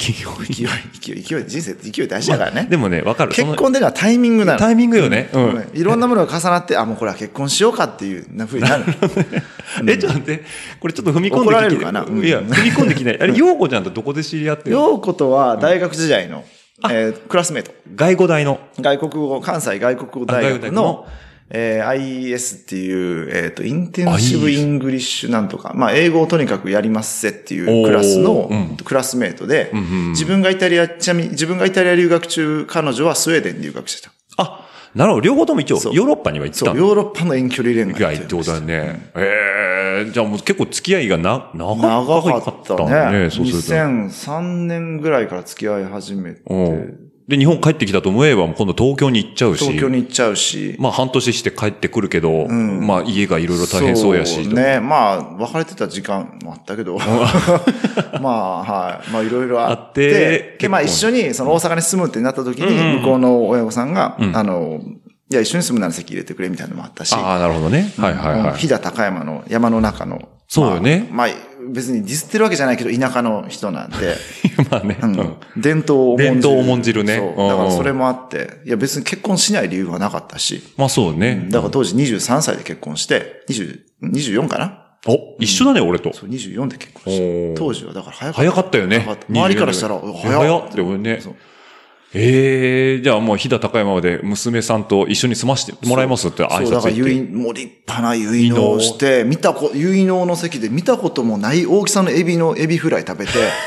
生って勢い大事だからね。 でもね、わかる。 結婚でのはタイミングなの。 タイミングよね。 いろんなものが重なって、もうこれは結婚しようかっていう風になる。 ちょっと待って。これちょっと踏み込んできて。 怒られるかな。 いや、踏み込んできない。あれ、陽子ちゃんとどこで知り合ってるの？ 陽子とは大学時代の、クラスメート。 外語大の。 関西外国語大学の、IS っていう、インテンシブイングリッシュなんとか、まあ、英語をとにかくやりますせっていうクラスの、クラスメートで、自分がイタリア留学中、彼女はスウェーデンに留学してた。 なるほど。両方とも一応、ヨーロッパには行ったそう、ヨーロッパの遠距離恋愛。 ってことだね。じゃあもう結構付き合いが長かったね。そうすると。2003年ぐらいから付き合い始めて。 で、日本帰ってきたと思えば、今度東京に行っちゃうし。まあ半年して帰ってくるけど、まあ家がいろいろ大変そうやし。 そうね。まあ、別れてた時間もあったけど。まあ、はい。まあいろいろあって。で、まあ一緒にその大阪に住むってなった時に、向こうの親御さんが、いや、一緒に住むなら籍入れてくれみたいなのもあったし。 なるほどね。はいはいはい。 飛騨高山の山の中の。 そうよね。 まあ、別にディスってるわけじゃないけど、田舎の人なんで。 まあね。 伝統を重んじるね。 そう。だからそれもあって、いや別に結婚しない理由はなかったし。 まあそうね。 だから当時23歳で結婚して、24かな？ 一緒だね、俺と。 そう、24で結婚して。当時はだから早かったよね。 周りからしたら、 早っって思うね。じゃあもう飛騨高山まで娘さんと一緒に住ませてもらいますって挨拶して。 そう、だからもう立派な結納をして、結納の席で見たこともない大きさのエビフライ食べて。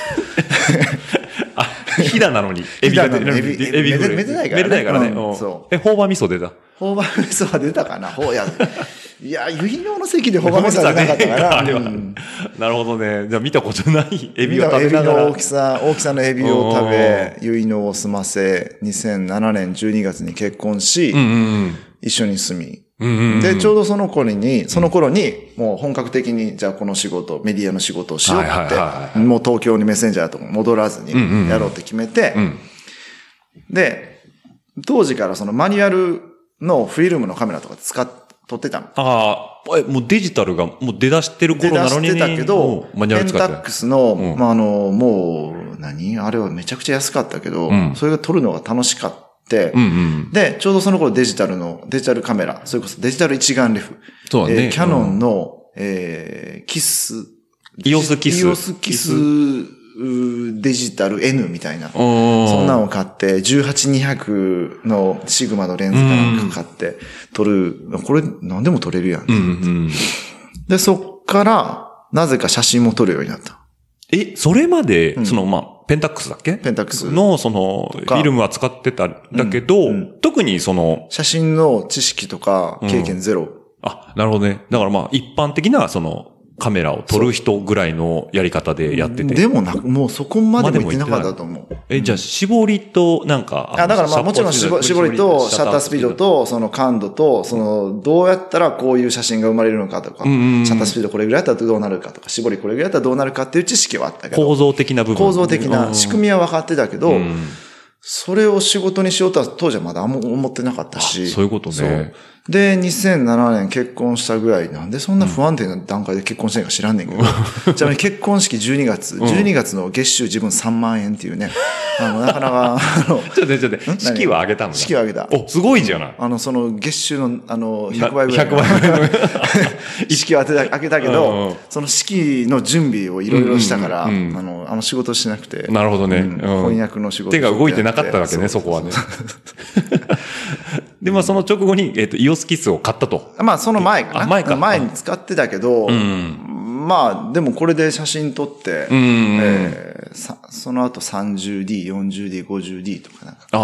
飛騨なのにエビフライ。 めでないからね。そう。朴葉味噌出た？ 朴葉味噌は出たかな？いや、結納の席で朴葉味噌は出なかったから。 なるほどね。じゃあ見たことないエビを食べながら。 大きさのエビを食べ、結納を済ませ、2007年12月に結婚し、一緒に住み。で、ちょうどその頃に、もう本格的に、じゃあこの仕事、メディアの仕事をしようって、もう東京にメッセンジャーとか戻らずにやろうって決めて、で、当時からそのマニュアルのフィルムのカメラとか撮ってたの。 もうデジタルがもう出だしてる頃なのに。 出だしてたけど、ペンタックスの、もう、あれはめちゃくちゃ安かったけど、それが撮るのが楽しかった。で、ちょうどその頃デジタルカメラ、それこそデジタル一眼レフ。 そうね。 キャノンの、キス。イオスキスデジタル N みたいな。そんなのを買って、18200のシグマのレンズかなんか買って撮る。これ何でも撮れるやん。で、そっから、なぜか写真も撮るようになった。 それまで、ペンタックスだっけ？ ペンタックスの、フィルムは使ってたんだけど、特に写真の知識とか経験ゼロ。 なるほどね。だから一般的な、カメラを撮る人ぐらいのやり方でやってて。 でももうそこまでも言ってなかったと思う。 じゃあ、絞りと、だからもちろん絞りと、シャッタースピードと、その感度と、どうやったらこういう写真が生まれるのかとか、シャッタースピードこれぐらいだったらどうなるかとか、絞りこれぐらいだったらどうなるかっていう知識はあったけど。 構造的な部分。 構造的な仕組みは分かってたけど、 それを仕事にしようとは当時はまだ思ってなかったし。 そういうことね。 そう。で、2007年結婚したぐらいなんでそんな不安定な段階で結婚してないか知らんねんけど。ちなみに結婚式12月の月収自分3万円っていうね。なかなか、 ちょっと、式は上げたの式は上げた。 お、すごいじゃない。 その月収の、100倍ぐらい。 100倍ぐらい。 式は上げたけど、その式の準備をいろいろしたから、仕事しなくて。 なるほどね。 翻訳の仕事。 手が動いてなかったわけね、そこはね。で、その直後に、イオスキスを買ったと。 その前かな。前に使ってたけど、でもこれで写真撮って、その後 30D、40D、50D とかなんか。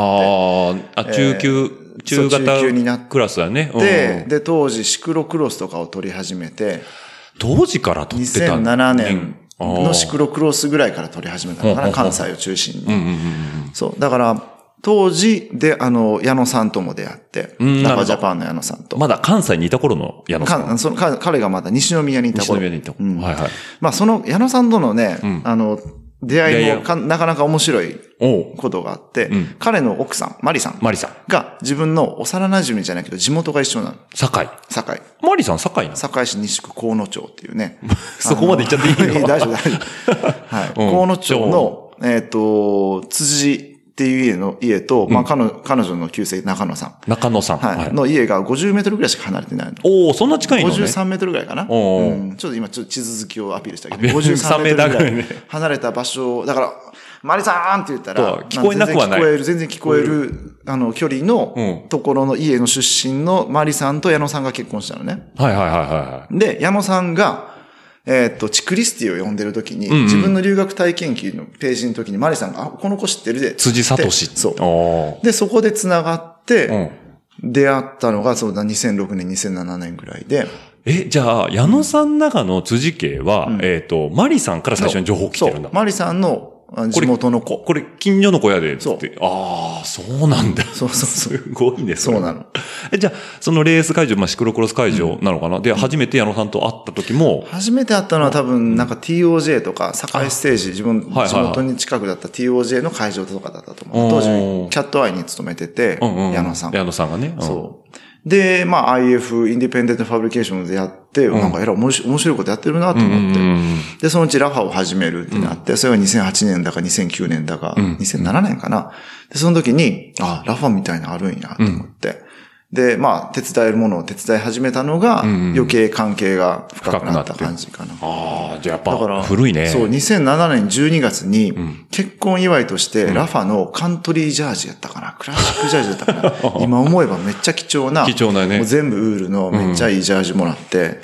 中型クラスだね。 で、当時シクロクロスとかを撮り始めて、 当時から撮ってた 2007年のシクロクロスぐらいから撮り始めたのかな、関西を中心に。そう。だから、当時で、矢野さんとも出会って、ラファジャパンの矢野さんと。 まだ関西にいた頃の矢野さん。 彼がまだ西宮にいた頃。 西宮にいた頃。はいはい。 その矢野さんとのね、出会いもなかなか面白いことがあって、彼の奥さん、マリさんが自分の幼馴染じゃないけど地元が一緒なの。 堺。マリさん堺なの？ 堺市西区河野町っていうね。 そこまで行っちゃっていいの？ 大丈夫。はい。河野町の、辻っていう家と、彼女の旧姓中野さん。はい。の家が50メートルぐらいしか離れてないの。 おー、そんな近いのね。 53メートルぐらいかな。ちょっと今地図好きをアピールしたけど、53メートルぐらい離れた場所、だから、マリさんって言ったら、 聞こえなくはない。 全然聞こえる、距離のところの家の出身のマリさんと矢野さんが結婚したのね。 はい。 で、矢野さんが、チクリスティを呼んでる時に、自分の留学体験記のページの時にマリさんが、この子知ってるで。 辻聡。 そう。で、そこで繋がって、出会ったのが、そうだ、2006年、2007年ぐらいで。 じゃあ、矢野さんの中の辻家は、マリさんから最初に情報来てるんだ。 マリさんの地元の子。 これ、近所の小屋で、つって。そうなんだ。 そう。 すごいね、 そうなの。 じゃあ、そのレース会場、シクロクロス会場なのかな、で、初めて矢野さんと会った時も。 初めて会ったのは多分、TOJ とか、堺ステージ、地元に近くだった TOJ の会場とかだったと思う。当時、キャットアイに勤めてて、矢野さん。 矢野さんがね。 そう。で、IF、インディペンデントファブリケーションでやって、なんか面白いことやってるなと思って。で、そのうちラファを始めるってなって、それが2008年だか2009年だか、2007年かな。で、その時に、ラファみたいなのあるんやと思って。で、手伝えるものを手伝い始めたのが、余計関係が深くなった感じかな。 じゃあやっぱ古いね。 そう、2007年12月に、結婚祝いとして、ラファのカントリージャージやったかな、クラシックジャージやったかな。今思えばめっちゃ貴重なね。 もう全部ウールのめっちゃいいジャージもらって、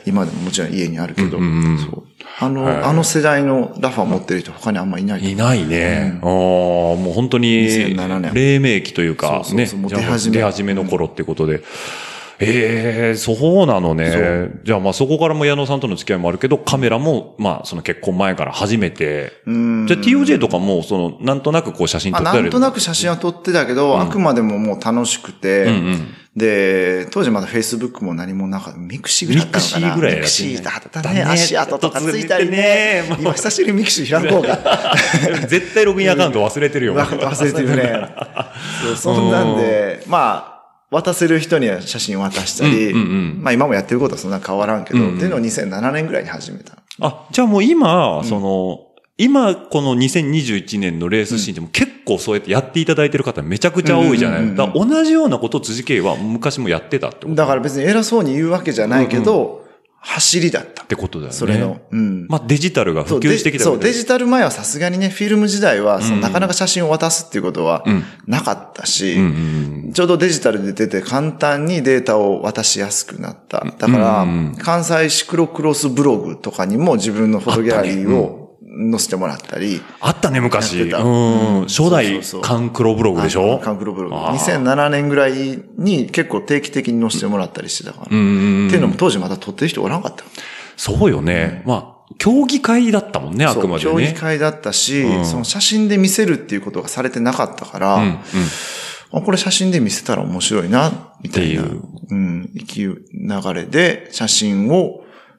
今でももちろん家にあるけど、そうあの世代のラファ持ってる人他にあんまいない。 いないね。もう本当に、黎明期というか、ね、出始めの頃ってことで。そうなのね。じゃあそこからも矢野さんとの付き合いもあるけど、カメラもその結婚前から初めて。じゃあ TOJ とかもなんとなく写真撮ってたり。 なんとなく写真は撮ってたけど、あくまでももう楽しくて、で、当時まだ Facebook も何もなかった。ミクシーぐらいだったのかな。 ミクシーぐらいだったね。 ミクシーだったね。足跡とかついたりね。今久しぶりにミクシー開こうか。 絶対ログインアカウント忘れてるよ。 忘れてるね。そんなんで、渡せる人には写真渡したり、今もやってることはそんな変わらんけど、っていうのを2007年ぐらいに始めた。 じゃあもう今、今この2021年のレースシーンでも結構そうやってやっていただいてる方めちゃくちゃ多いじゃない。だから同じようなことを辻圭は昔もやってたってこと。 だから別に偉そうに言うわけじゃないけど、走りだった。 ってことだよね。 それの。 デジタルが普及してきた。 そう、デジタル前はさすがにね、フィルム時代は、なかなか写真を渡すっていうことはなかったし、ちょうどデジタルで出て簡単にデータを渡しやすくなった。だから、関西シクロクロスブログとかにも自分のフォトギャラリーを載せてもらったり。 あったね、昔。初代カンクロブログでしょ？ カンクロブログ。2007年ぐらいに結構定期的に載せてもらったりしてたから。っていうのも当時まだ撮ってる人おらなかった。 そうよね。競技会だったもんね、あくまでね。 競技会だったし、その写真で見せるっていうことがされてなかったから、これ写真で見せたら面白いな、みたいな。流れで写真を、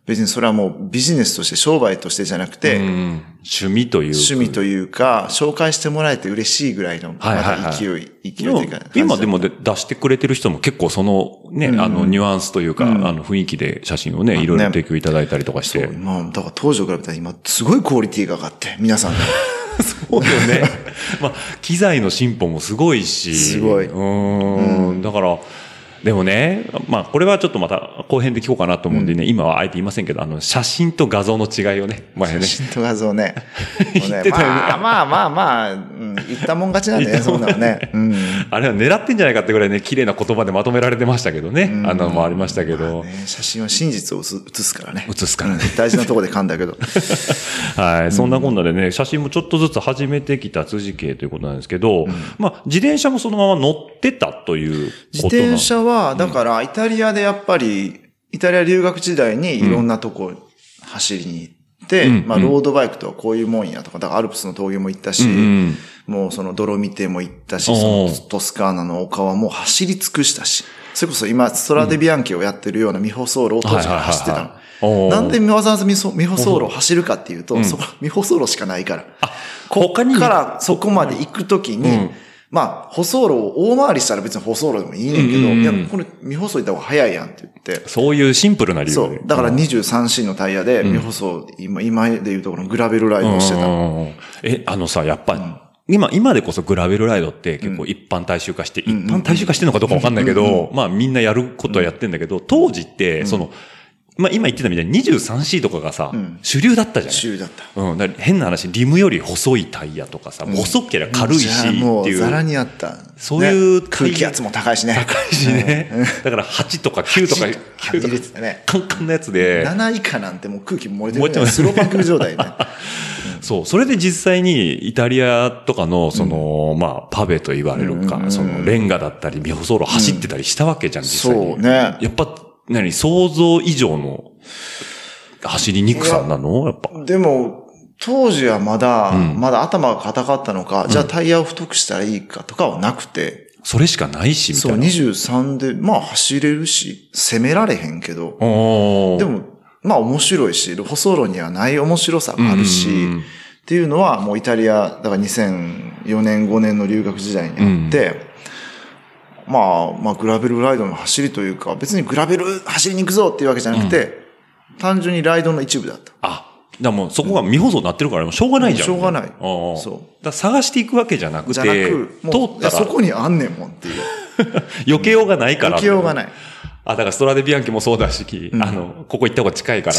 別にそれはもうビジネスとして商売としてじゃなくて、 趣味というか、紹介してもらえて嬉しいぐらいの、また勢いというか。 今でも出してくれてる人も結構そのね、ニュアンスというか、雰囲気で写真をね、いろいろ提供いただいたりとかして。 まあ、だから当時と比べたら今、すごいクオリティが上がって、皆さんね。 そうよね。まあ、機材の進歩もすごいし。 すごい。 だから、でもね、まあ、これはちょっとまた後編で聞こうかなと思うんでね、今はあえて言いませんけど、写真と画像の違いをね、前ね。 写真と画像ね。 言ってたよね。 まあ、言ったもん勝ちなんだね、そんなのね。 あれは狙ってんじゃないかってぐらいね、綺麗な言葉でまとめられてましたけどね。もありましたけど。 写真は真実を写すからね。 写すからね。 大事なところで噛んだけど。 はい。そんなこんなでね、写真もちょっとずつ始めてきた辻家ということなんですけど、まあ、自転車もそのまま乗ってたということ自転車は、だから、イタリアでやっぱり、イタリア留学時代にいろんなとこ走りに行って、まあ、ロードバイクとはこういうもんやとか、だからアルプスの峠も行ったし、もうそのドロミテも行ったし、そのトスカーナの丘はもう走り尽くしたし、それこそ今、ストラデビアンキをやってるようなミホソーロを当時から走ってたの。なんでわざわざミホソーロを走るかっていうと、そこ、ミホソーロしかないから。こっからそこまで行くときに、まあ、舗装路を大回りしたら別に舗装路でもいいねんけど、いや、これ、未舗装行った方が早いやんって言って。 そういうシンプルな理由で。 そう。だから 23C のタイヤで、未舗装、今でいうところのグラベルライドをしてた。 さ、やっぱ、今でこそグラベルライドって結構一般大衆化して、一般大衆化してるのかどうかわかんないけど、まあみんなやることはやってんだけど、当時って、まあ、今言ってたみたいに 23C とかがさ、主流だったじゃん。 主流だった。 だから変な話、リムより細いタイヤとかさ、細ければ軽いしっていう。 もうザラにあった。 そういう、 空気圧も高いしね。 高いしね。だから8とか9とか、9とか、カンカンのやつで。 7以下なんてもう空気漏れてるね。スローパック状態ね。 そう。それで実際にイタリアとかの、まあ、パベと言われるか、レンガだったり、未舗装路走ってたりしたわけじゃん、実際に。 そうね。 やっぱ、想像以上の走りにくさなのやっぱ。 でも、当時はまだ頭が硬かったのか、じゃあタイヤを太くしたらいいかとかはなくて。 それしかないし、みたいな。 そう、23で、まあ走れるし、攻められへんけど。でも、まあ面白いし、舗装路にはない面白さがあるし、っていうのはもうイタリア、だから2004年5年の留学時代にあって、まあ、グラベルライドの走りというか、別にグラベル走りに行くぞっていうわけじゃなくて、単純にライドの一部だった。 だからもうそこが未舗装になってるから、しょうがないじゃん。 しょうがない。 そう。だ探していくわけじゃなくて、通ったら。 そこにあんねんもんっていう。 避けようがないから。 避けようがない。 だからストラデビアンキもそうだし、ここ行った方が近いから、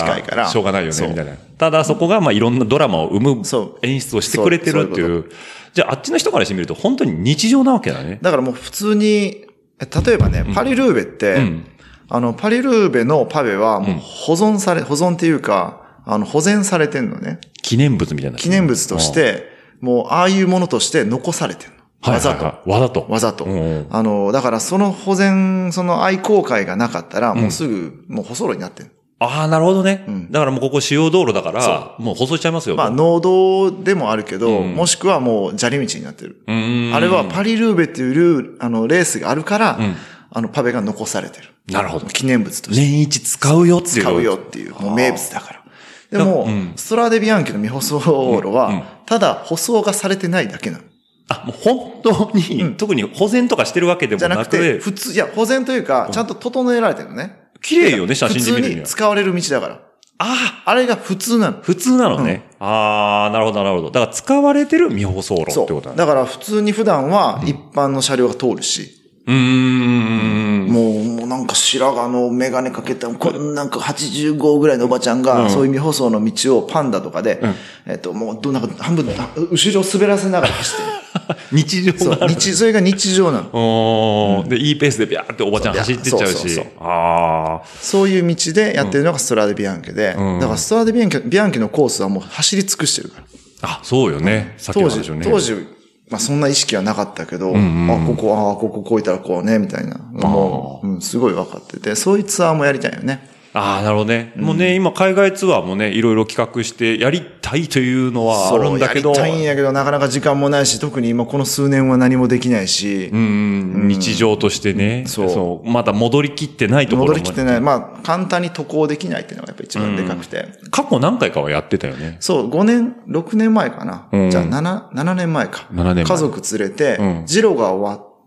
しょうがないよね、みたいな。ただそこが、まあ、いろんなドラマを生む演出をしてくれてるっていう。じゃあ、あっちの人からしてみると、本当に日常なわけだね。 だからもう普通に、例えばね、パリルーベって、パリルーベのパベはもう保存っていうか、保全されてんのね。 記念物みたいな。 記念物として、もう、ああいうものとして残されてんの。わざと。わざと。だからその保全、その愛好会がなかったら、もうすぐ、もう舗装路になってんの。 なるほどね。だからもうここ主要道路だから、もう舗装しちゃいますよ。 まあ、農道でもあるけど、もしくはもう砂利道になってる。あれはパリルーベっていうレースがあるから、パベが残されてる。 なるほど。 記念物として。 年一使うよっていう。 使うよっていう。もう名物だから。でも、ストラデビアンキの未舗装路は、ただ舗装がされてないだけなの。 もう本当に、特に保全とかしてるわけでもなくて。 じゃなくて、普通、保全というか、ちゃんと整えられてるのね。 綺麗よね、写真で見るには。 普通に使われる道だから。あれが普通なの。 普通なのね。なるほど、なるほど。だから使われてる未舗装路ってことだね。 だから普通に普段は一般の車両が通るし。もうなんか白髪のメガネかけた、なんか85ぐらいのおばちゃんが、そういう未舗装の道をパンダとかで、もうなんか半分、後ろ滑らせながら走ってる。 日常がある。 それが日常なの。 で、いいペースでビャーっておばちゃん走ってっちゃうし。 そういう道でやってるのがストラデビアンケで、だからストラデビアンケのコースはもう走り尽くしてるから。 そうよね。 当時、まあそんな意識はなかったけど、こここういったらこうね、みたいな。もう、すごい分かってて、そういうツアーもやりたいよね。 ああ、なるほどね。もうね、今海外ツアーもね、いろいろ企画してやりたいというのはあるんだけど。 やりたいんやけど、なかなか時間もないし、特に今この数年は何もできないし。 日常としてね。そう。まだ戻りきってないところも。 戻りきってない。まあ、簡単に渡航できないっていうのがやっぱり一番でかくて。 過去何回かはやってたよね。 そう、6年前かな。じゃあ7年前か。 7年前。 家族連れて、ジロが終わって、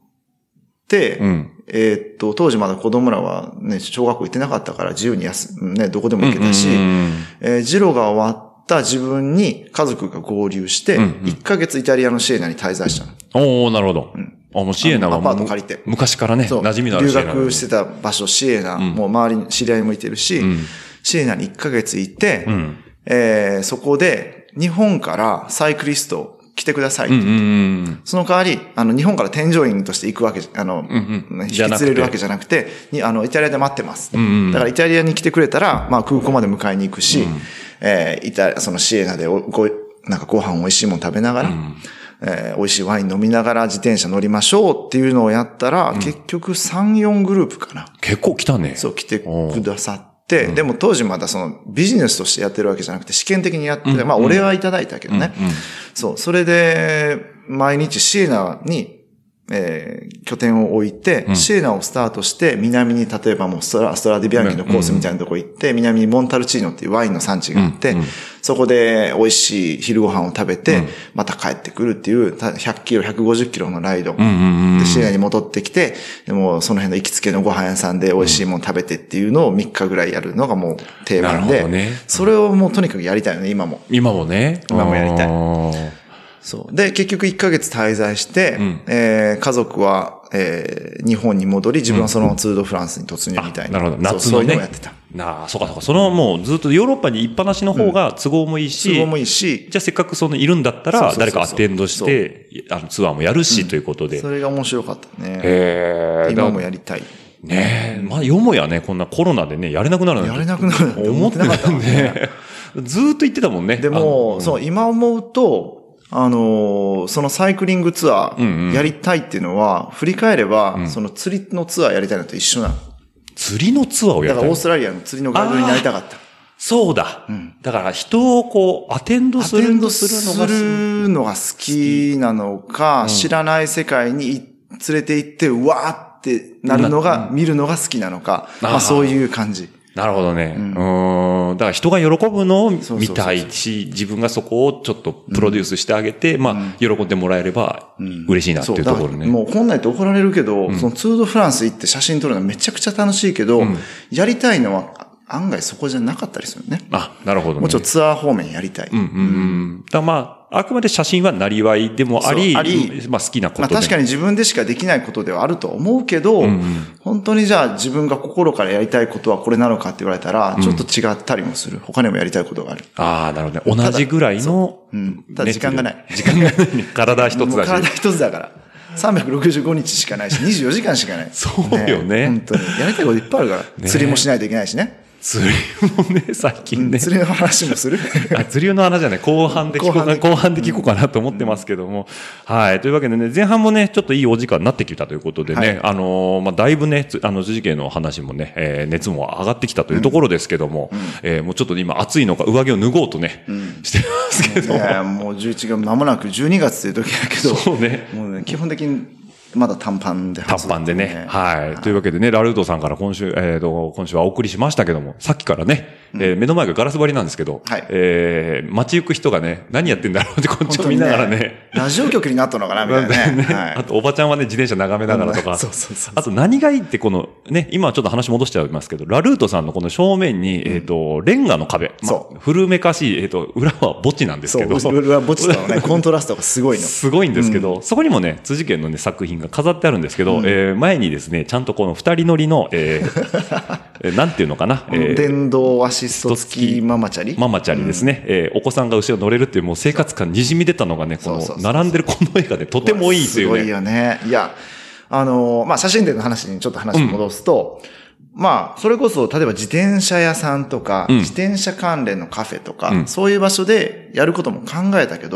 当時まだ子供らはね、小学校行ってなかったから自由にね、どこでも行けたし、ジロが終わった自分に家族が合流して、1ヶ月イタリアのシエナに滞在したの。おー、なるほど。もうシエナはアパート借りて。 昔からね、馴染みのあるシエナ。留学してた場所、シエナ、もう周りに知り合いもいてるし、シエナに1ヶ月行って、そこで日本からサイクリスト来てくださいって言って、その代わり、日本から添乗員として行くわけ、引き連れるわけじゃなくて、イタリアで待ってます。だからイタリアに来てくれたら、まあ空港まで迎えに行くし、そのシエナでなんかご飯美味しいもの食べながら、美味しいワイン飲みながら自転車乗りましょうっていうのをやったら、結局3、4グループかな。 結構来たね。 そう、来てくださって、でも当時まだそのビジネスとしてやってるわけじゃなくて試験的にやって、まあお礼はいただいたけどね。そう、それで毎日シエナに、拠点を置いて、シエナをスタートして、南に例えばもうストラディビアンキのコースみたいなとこ行って、南にモンタルチーノっていうワインの産地があって、そこで美味しい昼ご飯を食べて、また帰ってくるっていう100キロ、150キロのライド。で、シエナに戻ってきて、でもその辺の行きつけのご飯屋さんで美味しいもの食べてっていうのを3日ぐらいやるのがもう定番で、それをもうとにかくやりたいよね、今も。 今もね。 今もやりたい。そう。で、結局1ヶ月滞在して、家族は、日本に戻り、自分はそのツール・ド・フランスに突入みたいな。 なるほど。夏のね。 そういうのをやってた。 そうかそうか。そのもうずっとヨーロッパに行っぱなしの方が都合もいいし、 都合もいいし、 じゃあせっかくいるんだったら、誰かアテンドして、ツアーもやるし、ということで。 それが面白かったね。今もやりたい。 ねえ。まあ、よもやね、こんなコロナでね、やれなくなるなんて。 やれなくなるなんて思ってなかったもんね。 ずーっと言ってたもんね。 でも、そう、今思うと、そのサイクリングツアーやりたいっていうのは、振り返れば、その釣りのツアーやりたいのと一緒なの。 釣りのツアーをやりたい。 だからオーストラリアの釣りのガイドになりたかった。 そうだ。だから人をアテンドするのが好きなのか、知らない世界に連れて行って、うわーってなるのが、見るのが好きなのか、まあそういう感じ。 なるほどね。だから人が喜ぶのを見たいし、自分がそこをちょっとプロデュースしてあげて、まあ、喜んでもらえれば嬉しいなっていうところね。 もう本来って怒られるけど、そのツール・ド・フランス行って写真撮るのめちゃくちゃ楽しいけど、やりたいのは案外そこじゃなかったりするね。 なるほどね。 もうちょっとツアー方面やりたい。 だからまあ、あくまで写真はなりわいでもあり、まあ好きなことで。 まあ確かに自分でしかできないことではあると思うけど、本当にじゃあ自分が心からやりたいことはこれなのかって言われたら、ちょっと違ったりもする。他にもやりたいことがある。 なるほどね。同じぐらいの。 ただ時間がない。 時間がない。体一つだし。 体一つだから。365日しかないし、24時間しかない。 そうよね。 本当に。やりたいこといっぱいあるから。釣りもしないといけないしね。 釣りもね、最近ね。 釣りの話もする釣りの話じゃない、後半で聞こうかなと思ってますけども。はい。というわけでね、前半もね、ちょっといいお時間になってきたということでね、まあ、だいぶね、辻家の話もね、熱も上がってきたというところですけども、もうちょっと今暑いのか上着を脱ごうとね、してますけども。 いや、もう11月、間もなく12月という時だけど、 そうね。 もうね、基本的に、まだ短パンで。 短パンでね。はい。というわけでね、ラルートさんから今週はお送りしましたけども、さっきからね、目の前がガラス張りなんですけど、街行く人がね、何やってんだろうってこっちを見ながらね。 ラジオ局になったのかなみたいなね。 あと、おばちゃんはね、自転車眺めながらとか。あと、何がいいってこの、ね、今はちょっと話戻しちゃいますけど、ラルートさんのこの正面に、レンガの壁。古めかしい、裏は墓地なんですけど。 裏は墓地とね、コントラストがすごいの。 すごいんですけど、そこにもね、辻家のね、作品が飾ってあるんですけど、前にですね、ちゃんとこの二人乗りの、なんていうのかな、 電動アシスト付きママチャリママチャリですね、お子さんが後ろ乗れるっていうもう生活感にじみ出たのがね、この並んでるこの映画でとてもいいというね。 すごいよね。いや、まあ、写真展の話にちょっと話を戻すと、まあ、それこそ、例えば自転車屋さんとか、自転車関連のカフェとか、そういう場所でやることも考えたけど、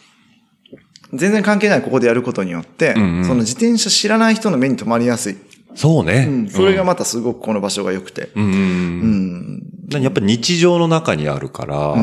全然関係ないここでやることによって、その自転車知らない人の目に留まりやすいそうね。 うん。それがまたすごくこの場所が良くて。 やっぱり日常の中にあるから、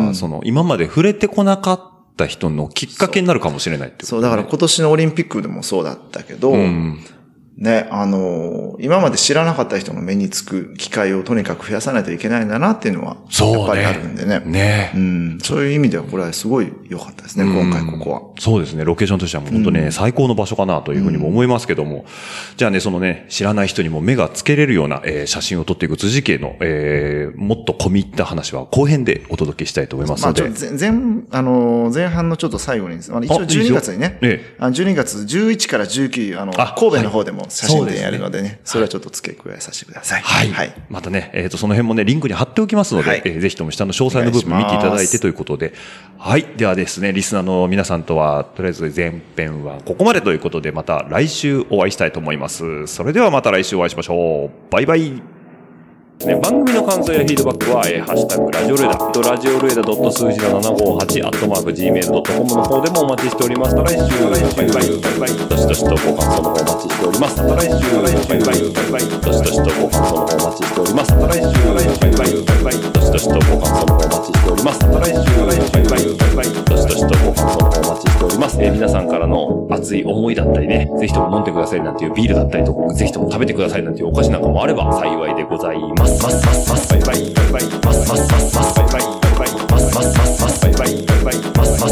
今まで触れてこなかった人のきっかけになるかもしれないってことね。 そう、だから今年のオリンピックでもそうだったけど、ね、今まで知らなかった人の目につく機会をとにかく増やさないといけないんだなっていうのは、やっぱりあるんでね。 ね。 そういう意味ではこれはすごい良かったですね、今回ここは。 そうですね、ロケーションとしてはもう本当ね、最高の場所かなというふうにも思いますけども、じゃあね、そのね、知らない人にも目がつけれるような、写真を撮っていく辻家の、もっと込み入った話は後編でお届けしたいと思いますので。 前半のちょっと最後にですね、一応12月にね、12月11から19、神戸の方でも写真展やるのでね、それはちょっと付け加えさせてください。 はい。またね、その辺もね、リンクに貼っておきますので、ぜひとも下の詳細の部分見ていただいてということで、はい。ではですね、リスナーの皆さんとは、とりあえず前編はここまでということで、また来週お会いしたいと思います。それではまた来週お会いしましょう。バイバイ。番組の感想やフィードバックは、ハッシュタグラジオルエダ、ラジオルエダ数字の758、@gmail.com の方でもお待ちしております。来週、バイバイ、どしどしとご感想の方お待ちしております。来週、バイバイ、どしどしとご感想の方お待ちしております。来週、バイバイ、どしどしとご感想の方お待ちしております。来週、バイバイ、どしどしとご感想の方お待ちしております。皆さんからの熱い思いだったりね、ぜひとも飲んでくださいなんていうビールだったりとか、ぜひとも食べてくださいなんていうお菓子なんかもあれば幸いでございます。バイバイ、バイバイ、バイバイ、バイバイ、バイバイ、バイバイ、バイバイ、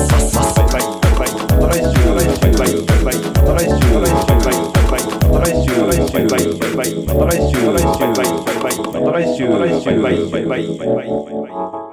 また来週、バイバイ、バイバイ、また来週、バイバイ、バイバイ、また来週、バイバイ、バイバイ、また来週、バイバイ、バイバイ、また来週、バイバイ、バイバイ、バイバイ。